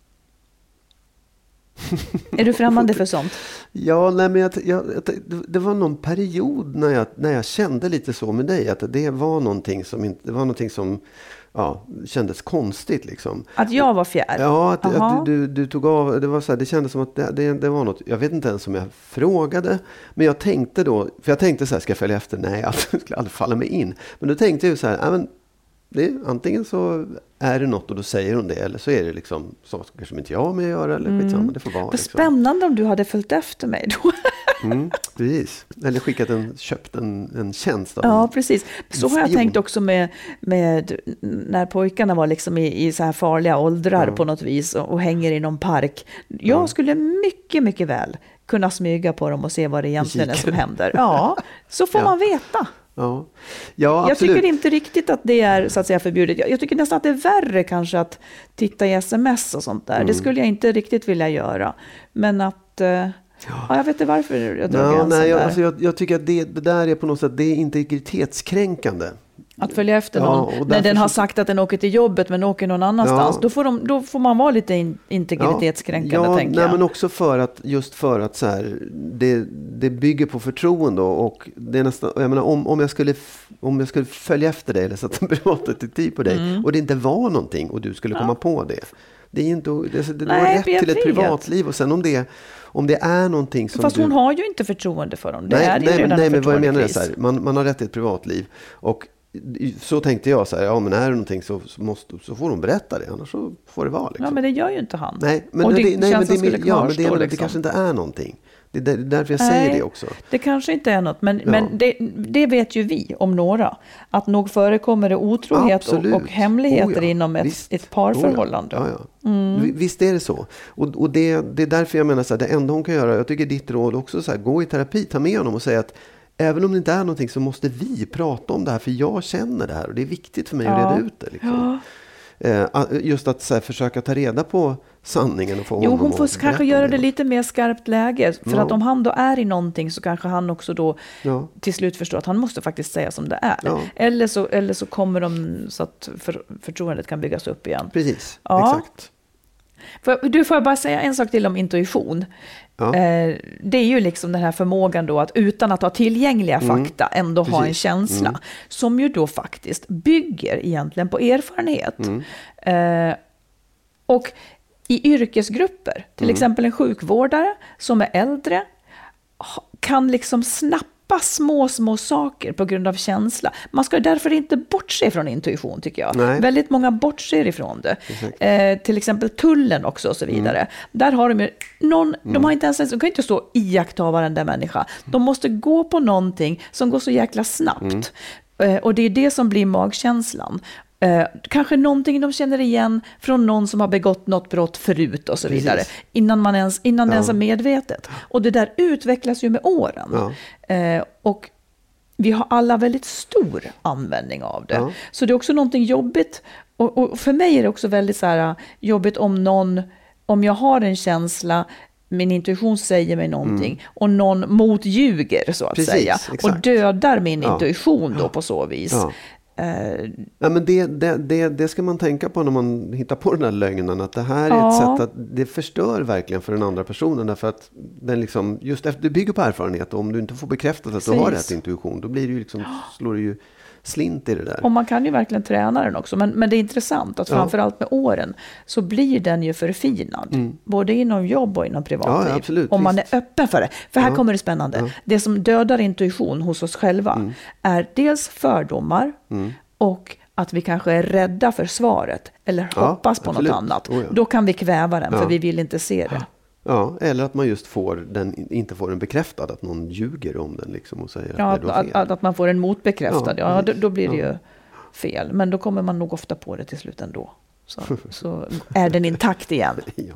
[SPEAKER 3] Är du främmande för sånt?
[SPEAKER 5] Ja, nej, men jag, jag, det var någon period när jag, när jag kände lite så med dig. Att det var någonting som, inte, det var någonting som ja, kändes konstigt. Liksom.
[SPEAKER 3] Att jag var fjär?
[SPEAKER 5] Ja, att, att du, du, du tog av. Det, var så här, det kändes som att det, det, det var något. Jag vet inte ens om jag frågade. Men jag tänkte då. För jag tänkte så här, ska jag följa efter? Nej, jag skulle aldrig falla mig in. Men då tänkte jag så här, men, det, antingen så är det något och då säger hon det, eller så är det liksom saker som inte jag har med att göra, eller skitsamma, mm. det får vara. Vad
[SPEAKER 3] liksom. Spännande om du hade följt efter mig då.
[SPEAKER 5] mm, precis. Eller skickat en, köpt en, en tjänst.
[SPEAKER 3] Ja, en, precis. Så har jag tänkt också med, med när pojkarna var liksom i, i så här farliga åldrar ja. på något vis och, och hänger i någon park. Jag ja. skulle mycket, mycket väl kunna smyga på dem och se vad det egentligen är som händer. Ja, så får ja. man veta.
[SPEAKER 5] Ja. Ja,
[SPEAKER 3] jag tycker inte riktigt att det är så att säga förbjudet. Jag, jag tycker nästan att det är värre kanske att titta i sms och sånt där. Mm. Det skulle jag inte riktigt vilja göra. Men att, eh, ja. ja, jag vet inte varför jag drar
[SPEAKER 5] no,
[SPEAKER 3] gränsen
[SPEAKER 5] nej, jag,
[SPEAKER 3] där.
[SPEAKER 5] Alltså jag, jag tycker att det, det där är på något sätt, det är integritetskränkande.
[SPEAKER 3] Att följa efter någon. Ja, när den har sagt att den åker till jobbet men åker någon annanstans. Ja. Då, får de, då får man vara lite in, integritetskränkande,
[SPEAKER 5] ja,
[SPEAKER 3] tänker
[SPEAKER 5] nej,
[SPEAKER 3] jag.
[SPEAKER 5] Men också för att, just för att så här, det, det bygger på förtroende. Och det är nästan, jag menar, om, om, jag skulle, om jag skulle följa efter dig eller sätta en privatdetektiv på dig mm. och det inte var någonting och du skulle ja. komma på det. Det är inte, det, det nej, har rätt till ett privatliv och sen om det, om det är någonting som
[SPEAKER 3] Fast
[SPEAKER 5] du...
[SPEAKER 3] hon har ju inte förtroende för dem. Det
[SPEAKER 5] nej,
[SPEAKER 3] är ju
[SPEAKER 5] nej,
[SPEAKER 3] redan
[SPEAKER 5] nej men vad jag menar är så här, man, man har rätt till ett privatliv och så tänkte jag så här, ja men är det någonting så, så, måste, så får de berätta det, annars så får det vara. Liksom.
[SPEAKER 3] Ja men det gör ju inte han.
[SPEAKER 5] Nej, men, det, det, nej, men, det, men, ja, men det, liksom. det kanske inte är någonting. Det är därför jag nej, säger det också.
[SPEAKER 3] Det kanske inte är något, men, ja. men det, det vet ju vi om några. Att nog förekommer det otrohet och, och hemligheter oh ja, inom ett, ett parförhållande.
[SPEAKER 5] Oh ja. Ja, ja. Mm. Visst är det så. Och, och det, det är därför jag menar så här, det enda hon kan göra, jag tycker ditt råd också så här, gå i terapi, ta med honom och säga att även om det inte är någonting så måste vi prata om det här för jag känner det här och det är viktigt för mig ja. att reda ut det. Liksom. Ja. Just att så här, försöka ta reda på sanningen och få
[SPEAKER 3] jo, hon får kanske göra det lite mer skarpt läge för ja. att om han då är i någonting så kanske han också då ja. till slut förstår att han måste faktiskt säga som det är. Ja. Eller, så, eller så kommer de så att för, förtroendet kan byggas upp igen.
[SPEAKER 5] Precis, ja. exakt.
[SPEAKER 3] För, du får jag bara säga en sak till om intuition. Ja. Eh, det är ju liksom den här förmågan då att utan att ha tillgängliga mm. fakta ändå Precis. ha en känsla mm. som ju då faktiskt bygger egentligen på erfarenhet. Mm. Eh, och i yrkesgrupper, till mm. exempel en sjukvårdare som är äldre kan liksom snabbt små, små saker på grund av känsla. Man ska därför inte bortse från intuition, tycker jag. Nej. Väldigt många bortser ifrån det. Eh, till exempel tullen också och så vidare. Mm. Där har de ju någon, mm. de har inte ens, de kan inte stå och iaktta varenda människa. De måste gå på någonting som går så jäkla snabbt. Mm. Eh, och det är det som blir magkänslan. Eh, kanske någonting de känner igen från någon som har begått något brott förut och så Precis. vidare. Innan man ens, innan ja. det ens är medvetet. Och det där utvecklas ju med åren. Ja. Eh, och vi har alla väldigt stor användning av det. Ja. Så det är också någonting jobbigt. Och, och för mig är det också väldigt så här, jobbigt om någon, om jag har en känsla, min intuition säger mig någonting mm. och någon motljuger så att
[SPEAKER 5] Precis,
[SPEAKER 3] säga.
[SPEAKER 5] Exakt.
[SPEAKER 3] Och dödar min ja. intuition då
[SPEAKER 5] ja.
[SPEAKER 3] på så vis.
[SPEAKER 5] Ja. Uh, ja, men det, det, det, det ska man tänka på när man hittar på den här lögnen, att det här är ja. ett sätt att det förstör verkligen för den andra personen, därför att den liksom, just efter det bygger på erfarenhet, och om du inte får bekräftat att Precis. du har rätt intuition, då blir det ju liksom, slår det ju slint i det där.
[SPEAKER 3] Och man kan ju verkligen träna den också. Men, men det är intressant att framförallt med åren så blir den ju förfinad. Mm. Både inom jobb och inom privatliv.
[SPEAKER 5] Ja, absolut,
[SPEAKER 3] om man
[SPEAKER 5] visst.
[SPEAKER 3] är öppen för det. För här
[SPEAKER 5] ja.
[SPEAKER 3] kommer det spännande. Ja. Det som dödar intuition hos oss själva mm. är dels fördomar mm. och att vi kanske är rädda för svaret. Eller
[SPEAKER 5] ja,
[SPEAKER 3] hoppas på
[SPEAKER 5] absolut.
[SPEAKER 3] något annat.
[SPEAKER 5] Oh, ja.
[SPEAKER 3] Då kan vi kväva den
[SPEAKER 5] ja.
[SPEAKER 3] för vi vill inte se det.
[SPEAKER 5] Ja, eller att man just får den, inte får den bekräftad, att någon ljuger om den liksom och säger
[SPEAKER 3] ja,
[SPEAKER 5] att det är fel.
[SPEAKER 3] Att, att man får den motbekräftad, ja, ja då, då blir det
[SPEAKER 5] ja.
[SPEAKER 3] ju fel. Men då kommer man nog ofta på det till slut ändå. Så, så är den intakt igen.
[SPEAKER 5] ja.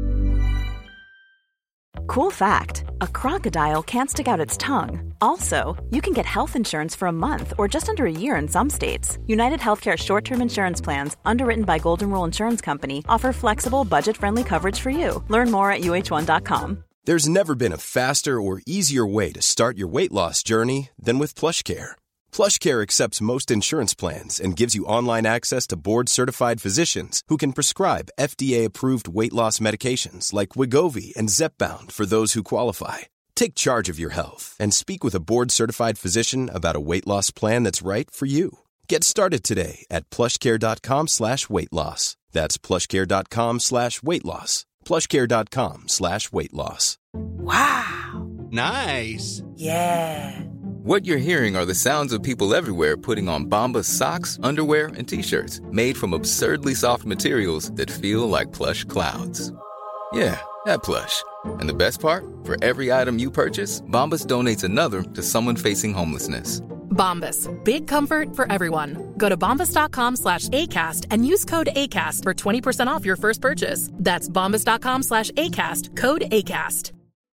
[SPEAKER 1] Cool fact, a crocodile can't stick out its tongue. Also, you can get health insurance for a month or just under a year in some states. United Healthcare short-term insurance plans, underwritten by Golden Rule Insurance Company, offer flexible, budget-friendly coverage for you. Learn more at U H one dot com.
[SPEAKER 6] There's never been a faster or easier way to start your weight loss journey than with PlushCare. PlushCare accepts most insurance plans and gives you online access to board-certified physicians who can prescribe F D A-approved weight loss medications like Wegovy and Zepbound for those who qualify. Take charge of your health and speak with a board-certified physician about a weight loss plan that's right for you. Get started today at plushcare.com slash weight loss. That's plushcare.com slash weight loss. plushcare.com slash weight loss.
[SPEAKER 7] Wow.
[SPEAKER 8] Nice.
[SPEAKER 7] Yeah.
[SPEAKER 9] What you're hearing are the sounds of people everywhere putting on Bombas socks, underwear, and T-shirts made from absurdly soft materials that feel like plush clouds. Yeah, that plush. And the best part? For every item you purchase, Bombas donates another to someone facing homelessness.
[SPEAKER 10] Bombas, big comfort for everyone. Go to bombas.com slash ACAST and use code ACAST for twenty percent off your first purchase. That's bombas.com slash ACAST, code ACAST.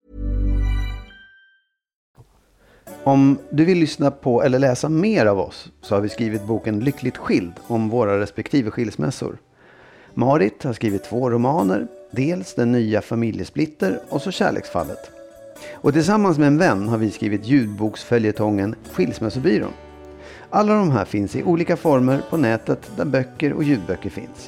[SPEAKER 4] Om du vill lyssna på eller läsa mer av oss så har vi skrivit boken Lyckligt skild om våra respektive skilsmässor. Marit har skrivit två romaner, dels Den nya familjesplitter och så Kärleksfallet. Och tillsammans med en vän har vi skrivit ljudboksföljetongen Skilsmässobyrån. Alla de här finns i olika former på nätet där böcker och ljudböcker finns.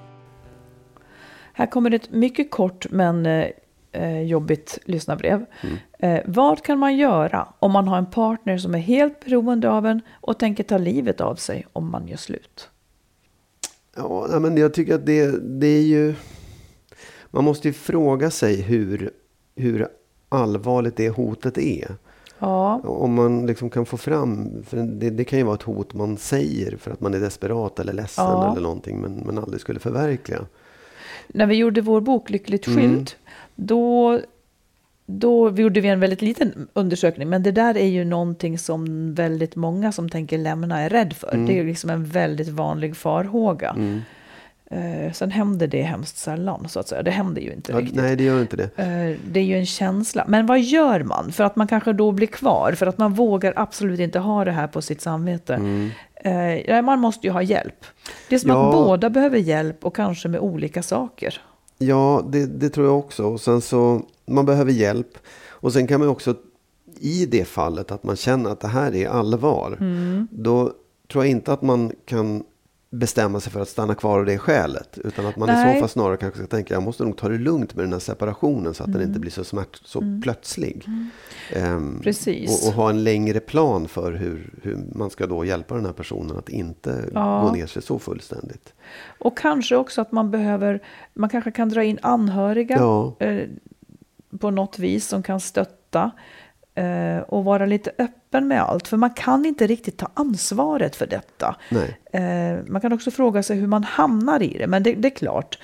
[SPEAKER 3] Här kommer ett mycket kort men eh, jobbigt lyssnarbrev. Mm. Eh, vad kan man göra om man har en partner som är helt beroende av en och tänker ta livet av sig om man gör slut?
[SPEAKER 5] Ja, men jag tycker att det, det är ju... Man måste ju fråga sig hur, hur allvarligt det hotet är.
[SPEAKER 3] Ja.
[SPEAKER 5] Om man liksom kan få fram... För det, det kan ju vara ett hot man säger för att man är desperat eller ledsen ja. eller någonting. Men, men aldrig skulle förverkliga.
[SPEAKER 3] När vi gjorde vår bok Lyckligt skild, mm. då, då gjorde vi en väldigt liten undersökning. Men det där är ju någonting som väldigt många som tänker lämna är rädd för. Mm. Det är ju liksom en väldigt vanlig farhåga. Mm. Eh, sen händer det hemskt sällan, så att säga. Det händer ju inte
[SPEAKER 5] ja,
[SPEAKER 3] riktigt.
[SPEAKER 5] Nej, det gör inte det.
[SPEAKER 3] Eh, det är ju en känsla. Men vad gör man? För att man kanske då blir kvar. För att man vågar absolut inte ha det här på sitt samvete. Mm. Eh, man måste ju ha hjälp. Det är som
[SPEAKER 5] ja.
[SPEAKER 3] att båda behöver hjälp och kanske med olika saker.
[SPEAKER 5] Ja, det, det tror jag också. Och sen så, man behöver hjälp. Och sen kan man också, i det fallet att man känner att det här är allvar. Mm. Då tror jag inte att man kan bestämma sig för att stanna kvar av det skälet. Utan att man Nej. i så fall snarare kanske ska tänka, jag måste nog ta det lugnt med den här separationen så att mm. den inte blir så smärt, så mm. plötslig. Mm. Um,
[SPEAKER 3] Precis.
[SPEAKER 5] Och, och ha en längre plan för hur, hur man ska då hjälpa den här personen att inte ja. gå ner sig så fullständigt.
[SPEAKER 3] Och kanske också att man behöver, man kanske kan dra in anhöriga ja. eh, på något vis som kan stötta. Och vara lite öppen med allt. För man kan inte riktigt ta ansvaret för detta.
[SPEAKER 5] Nej.
[SPEAKER 3] Man kan också fråga sig hur man hamnar i det. Men det, det är klart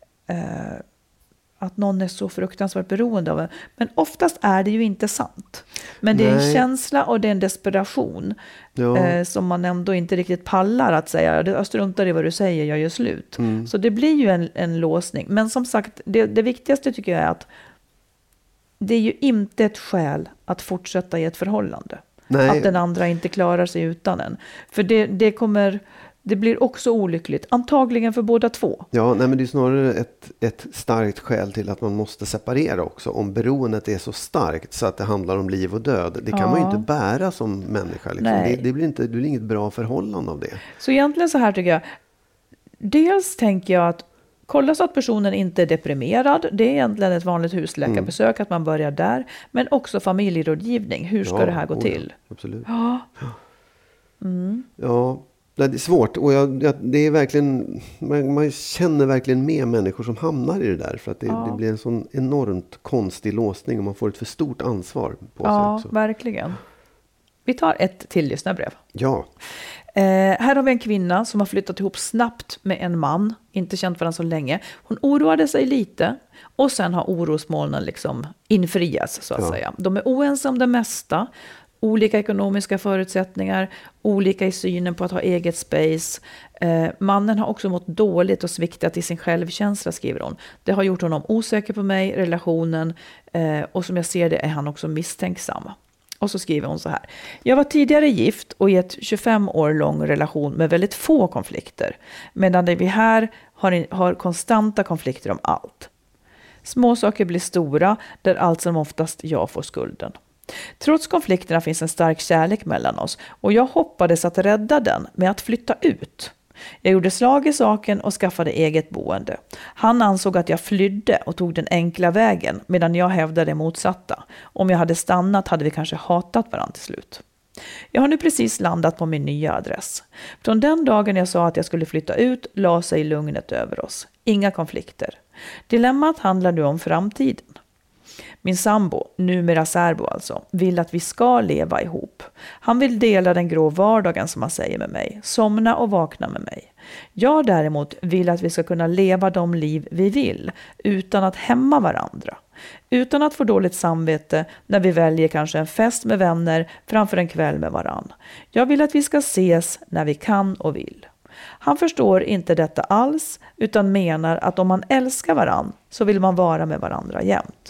[SPEAKER 3] att någon är så fruktansvärt beroende av en. Men oftast är det ju inte sant. Men det är Nej. en känsla och det är en desperation. Ja. Som man ändå inte riktigt pallar att säga. Jag struntar i vad du säger, jag gör slut. Mm. Så det blir ju en, en låsning. Men som sagt, det, det viktigaste tycker jag är att det är ju inte ett skäl att fortsätta i ett förhållande. Nej. Att den andra inte klarar sig utan en. För det, det kommer, det blir också olyckligt. Antagligen för båda två.
[SPEAKER 5] Ja, nej, men det är snarare ett, ett starkt skäl till att man måste separera också. Om beroendet är så starkt så att det handlar om liv och död. Det kan ja. man ju inte bära som människa. Liksom. Det, det, blir inte, det blir inget bra förhållande av det.
[SPEAKER 3] Så egentligen så här tycker jag. Dels tänker jag att kolla så att personen inte är deprimerad. Det är egentligen ett vanligt husläkarbesök, mm. att man börjar där. Men också familjerådgivning. Hur ska ja, det här gå
[SPEAKER 5] oh,
[SPEAKER 3] till?
[SPEAKER 5] Absolut.
[SPEAKER 3] Ja. Mm.
[SPEAKER 5] Ja, det är svårt. Och jag, jag, det är verkligen, man, man känner verkligen med människor som hamnar i det där. För att det,
[SPEAKER 3] ja.
[SPEAKER 5] det blir en sån enormt konstig låsning och man får ett för stort ansvar på
[SPEAKER 3] ja,
[SPEAKER 5] sig också.
[SPEAKER 3] Ja, verkligen. Vi tar ett till lyssnarbrev.
[SPEAKER 5] Ja.
[SPEAKER 3] Eh, här har vi en kvinna som har flyttat ihop snabbt med en man, inte känt varandra så länge. Hon oroade sig lite och sen har orosmolnen liksom infriats så att
[SPEAKER 5] ja.
[SPEAKER 3] säga. De är oense om det mesta, olika ekonomiska förutsättningar, olika i synen på att ha eget space. Eh, mannen har också mått dåligt och sviktat i sin självkänsla, skriver hon. Det har gjort honom osäker på mig, relationen eh, och som jag ser det är han också misstänksam. Och så skriver hon så här. Jag var tidigare gift och i ett tjugofem år lång relation med väldigt få konflikter. Medan vi här har, har konstanta konflikter om allt. Små saker blir stora där allt som oftast jag får skulden. Trots konflikterna finns en stark kärlek mellan oss och jag hoppades att rädda den med att flytta ut. Jag gjorde slag i saken och skaffade eget boende. Han ansåg att jag flydde och tog den enkla vägen medan jag hävdade det motsatta. Om jag hade stannat hade vi kanske hatat varandra till slut. Jag har nu precis landat på min nya adress. Från den dagen jag sa att jag skulle flytta ut la sig lugnet över oss. Inga konflikter. Dilemmat handlar nu om framtiden. Min sambo, numera särbo alltså, vill att vi ska leva ihop. Han vill dela den grå vardagen som han säger med mig, somna och vakna med mig. Jag däremot vill att vi ska kunna leva de liv vi vill, utan att hämma varandra. Utan att få dåligt samvete när vi väljer kanske en fest med vänner framför en kväll med varann. Jag vill att vi ska ses när vi kan och vill. Han förstår inte detta alls, utan menar att om man älskar varann så vill man vara med varandra jämt.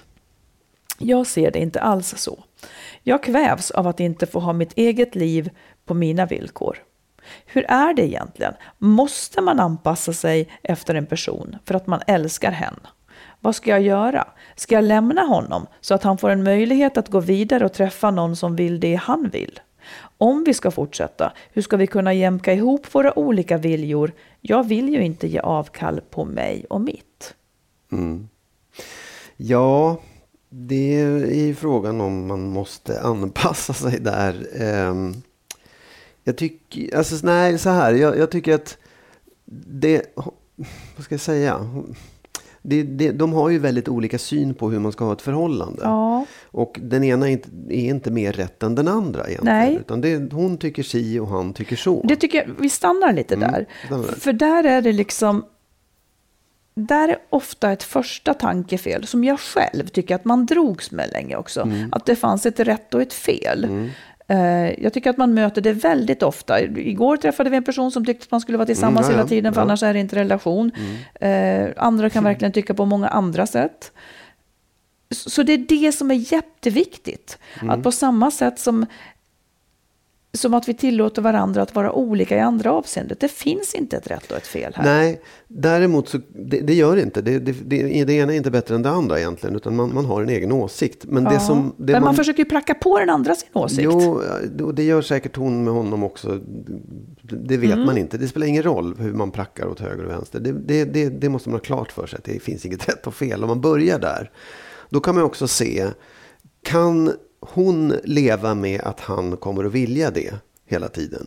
[SPEAKER 3] Jag ser det inte alls så. Jag kvävs av att inte få ha mitt eget liv på mina villkor. Hur är det egentligen? Måste man anpassa sig efter en person för att man älskar henne? Vad ska jag göra? Ska jag lämna honom så att han får en möjlighet att gå vidare och träffa någon som vill det han vill? Om vi ska fortsätta, hur ska vi kunna jämka ihop våra olika viljor? Jag vill ju inte ge avkall på mig och mitt.
[SPEAKER 5] Mm. Ja... Det är ju frågan om man måste anpassa sig där. Jag tycker, alltså nej så här, jag, jag tycker att det, vad ska jag säga? Det, det, de har ju väldigt olika syn på hur man ska ha ett förhållande. Ja. Och den ena är inte, är inte mer rätt än den andra egentligen.
[SPEAKER 3] Nej.
[SPEAKER 5] Utan det, hon tycker si och han tycker så.
[SPEAKER 3] Det tycker jag, vi stannar lite
[SPEAKER 5] mm,
[SPEAKER 3] där.
[SPEAKER 5] Stannar.
[SPEAKER 3] För där är det liksom... Där är ofta ett första tankefel som jag själv tycker att man drogs med länge också. Mm. Att det fanns ett rätt och ett fel. Mm. Uh, jag tycker att man möter det väldigt ofta. Igår träffade vi en person som tyckte att man skulle vara tillsammans mm, ja, hela tiden för ja. annars är det inte relation. Mm. Uh, andra kan verkligen tycka på många andra sätt. Så, så det är det som är jätteviktigt. Mm. Att på samma sätt som... Som att vi tillåter varandra att vara olika i andra avseenden. Det finns inte ett rätt och ett fel här.
[SPEAKER 5] Nej, däremot så det, det gör det inte. Det, det, det, det ena är inte bättre än det andra egentligen. Utan man, man har en egen åsikt. Men,
[SPEAKER 3] ja,
[SPEAKER 5] det som, det
[SPEAKER 3] men man,
[SPEAKER 5] man
[SPEAKER 3] försöker ju placka på den andra sin åsikt.
[SPEAKER 5] Jo, det gör säkert hon med honom också. Det vet mm. man inte. Det spelar ingen roll hur man plackar åt höger och vänster. Det, det, det, det måste man ha klart för sig. Att det finns inget rätt och fel. Om man börjar där. Då kan man också se. Kan hon leva med att han kommer att vilja det hela tiden?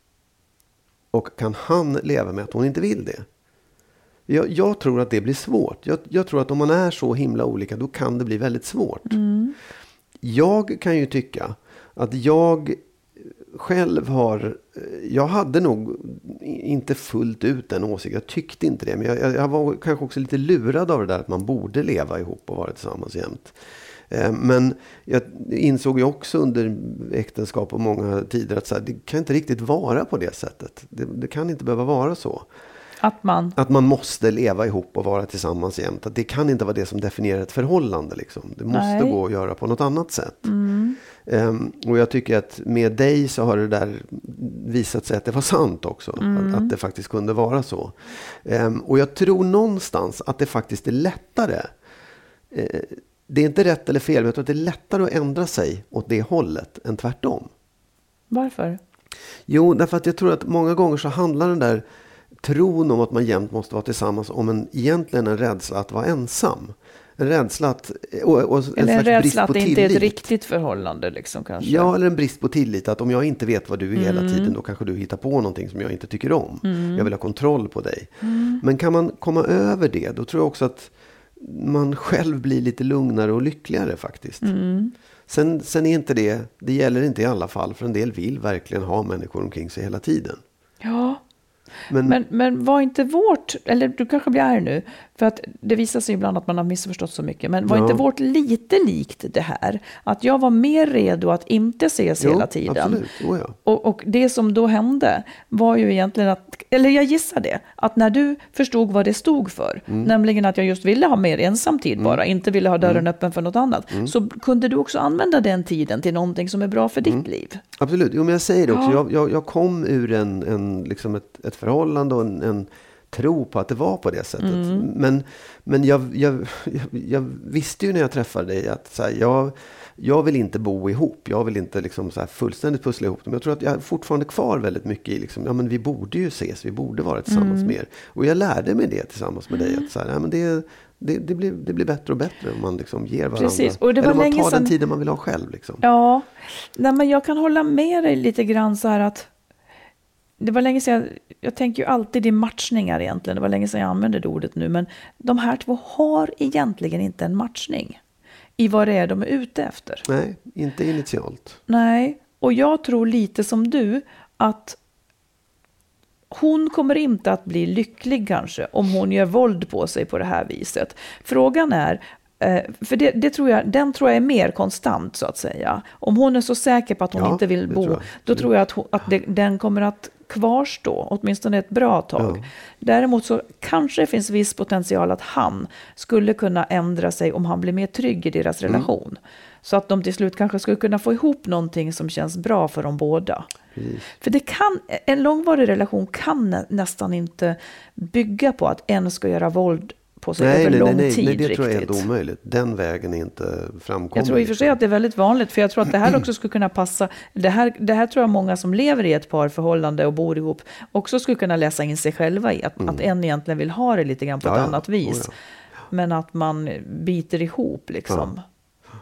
[SPEAKER 5] Och kan han leva med att hon inte vill det? Jag, jag tror att det blir svårt. Jag, jag tror att om man är så himla olika, då kan det bli väldigt svårt. Mm. Jag kan ju tycka att jag själv har... Jag hade nog inte fullt ut den åsikten. Jag tyckte inte det. Men jag, jag var kanske också lite lurad av det där att man borde leva ihop och vara tillsammans jämt. Men jag insåg ju också under äktenskap och många tider att så här, det kan inte riktigt vara på det sättet. Det, det kan inte behöva vara så.
[SPEAKER 3] Att man...
[SPEAKER 5] Att man måste leva ihop och vara tillsammans jämt. Att det kan inte vara det som definierar ett förhållande. Liksom. Det måste Nej. gå att göra på något annat sätt. Mm. Um, och jag tycker att med dig så har det där visat sig att det var sant också. Mm. Att, att det faktiskt kunde vara så. Um, och jag tror någonstans att det faktiskt är lättare... Uh, Det är inte rätt eller fel, men jag tror att det är lättare att ändra sig åt det hållet än tvärtom.
[SPEAKER 3] Varför?
[SPEAKER 5] Jo, därför att jag tror att många gånger så handlar den där tron om att man jämt måste vara tillsammans om en, egentligen en rädsla att vara ensam. En rädsla att, och, och en
[SPEAKER 3] eller en
[SPEAKER 5] slags
[SPEAKER 3] rädsla
[SPEAKER 5] brist
[SPEAKER 3] att
[SPEAKER 5] på
[SPEAKER 3] det
[SPEAKER 5] tillit.
[SPEAKER 3] inte är ett riktigt förhållande liksom kanske.
[SPEAKER 5] Ja, eller en brist på tillit. Att om jag inte vet vad du är
[SPEAKER 3] mm.
[SPEAKER 5] hela tiden, då kanske du hittar på någonting som jag inte tycker om.
[SPEAKER 3] Mm.
[SPEAKER 5] Jag vill ha kontroll på dig.
[SPEAKER 3] Mm.
[SPEAKER 5] Men kan man komma över det, då tror jag också att man själv blir lite lugnare och lyckligare faktiskt.
[SPEAKER 3] Mm.
[SPEAKER 5] Sen, sen är inte det, det gäller inte i alla fall, för en del vill verkligen ha människor omkring sig hela tiden.
[SPEAKER 3] Ja.
[SPEAKER 5] Men,
[SPEAKER 3] Men, men var inte vårt, eller du kanske blir arg nu, för att det visar sig ibland att man har missförstått så mycket, men var
[SPEAKER 5] Ja.
[SPEAKER 3] inte vårt lite likt det här? Att jag var mer redo att inte ses
[SPEAKER 5] jo,
[SPEAKER 3] hela tiden.
[SPEAKER 5] absolut. Oh, ja.
[SPEAKER 3] Och, och det som då hände var ju egentligen att, eller jag gissar det, att när du förstod vad det stod för,
[SPEAKER 5] Mm.
[SPEAKER 3] nämligen att jag just ville ha mer ensamtid bara, inte ville ha dörren
[SPEAKER 5] Mm.
[SPEAKER 3] öppen för något annat, så kunde du också använda den tiden till någonting som är bra för
[SPEAKER 5] Mm.
[SPEAKER 3] ditt liv.
[SPEAKER 5] Absolut, jo, men jag säger det också.
[SPEAKER 3] Ja.
[SPEAKER 5] Jag, jag, jag kom ur en, en, liksom ett, ett förhållande och en, en tro på att det var på det sättet.
[SPEAKER 3] Mm.
[SPEAKER 5] Men, men jag, jag, jag, jag visste ju när jag träffade dig att så här, jag, jag vill inte bo ihop. Jag vill inte liksom så här fullständigt pussla ihop dem. Jag tror att jag är fortfarande kvar väldigt mycket i liksom, ja men vi borde ju ses, vi borde vara tillsammans
[SPEAKER 3] Mm.
[SPEAKER 5] mer. Och jag lärde mig det tillsammans med dig. Att så här, ja, men det, det, det, blir, det blir bättre och bättre om man liksom ger varandra.
[SPEAKER 3] Precis, och det var
[SPEAKER 5] eller om man
[SPEAKER 3] länge
[SPEAKER 5] tar
[SPEAKER 3] sedan-
[SPEAKER 5] den tiden man vill ha själv. Liksom.
[SPEAKER 3] Ja, nej, men jag kan hålla med dig lite grann så här att det var länge sedan, jag, jag tänker ju alltid i matchningar egentligen, det var länge sedan jag använde det ordet nu, men de här två har egentligen inte en matchning i vad det är de är ute efter.
[SPEAKER 5] Nej, inte initialt.
[SPEAKER 3] Nej, och jag tror lite som du att hon kommer inte att bli lycklig kanske om hon gör våld på sig på det här viset. Frågan är, eh, för det, det tror jag, den tror jag är mer konstant så att säga. Om hon är så säker på att hon
[SPEAKER 5] Ja,
[SPEAKER 3] inte vill
[SPEAKER 5] det
[SPEAKER 3] bo,
[SPEAKER 5] tror jag.
[SPEAKER 3] då tror jag att, hon, att det, den kommer att kvarstå, åtminstone ett bra tag.
[SPEAKER 5] Ja.
[SPEAKER 3] Däremot så kanske det finns viss potential att han skulle kunna ändra sig om han blir mer trygg i deras
[SPEAKER 5] Mm.
[SPEAKER 3] relation. Så att de till slut kanske skulle kunna få ihop någonting som känns bra för dem båda.
[SPEAKER 5] Precis.
[SPEAKER 3] För det kan, en långvarig relation kan nä, nästan inte bygga på att en ska göra våld på sig
[SPEAKER 5] Nej,
[SPEAKER 3] över
[SPEAKER 5] nej,
[SPEAKER 3] lång
[SPEAKER 5] nej,
[SPEAKER 3] tid
[SPEAKER 5] nej, det tror jag är
[SPEAKER 3] riktigt.
[SPEAKER 5] helt omöjligt. Den vägen är inte framkomlig.
[SPEAKER 3] Jag tror i och för sig att det är väldigt vanligt, för jag tror att det här också skulle kunna passa. Det här, det här tror jag många som lever i ett parförhållande och bor ihop också skulle kunna läsa in sig själva i. Att,
[SPEAKER 5] Mm.
[SPEAKER 3] att en egentligen vill ha det lite grann på
[SPEAKER 5] Ja,
[SPEAKER 3] ett
[SPEAKER 5] ja.
[SPEAKER 3] annat vis.
[SPEAKER 5] Oh, ja.
[SPEAKER 3] Men att man biter ihop liksom. Ja,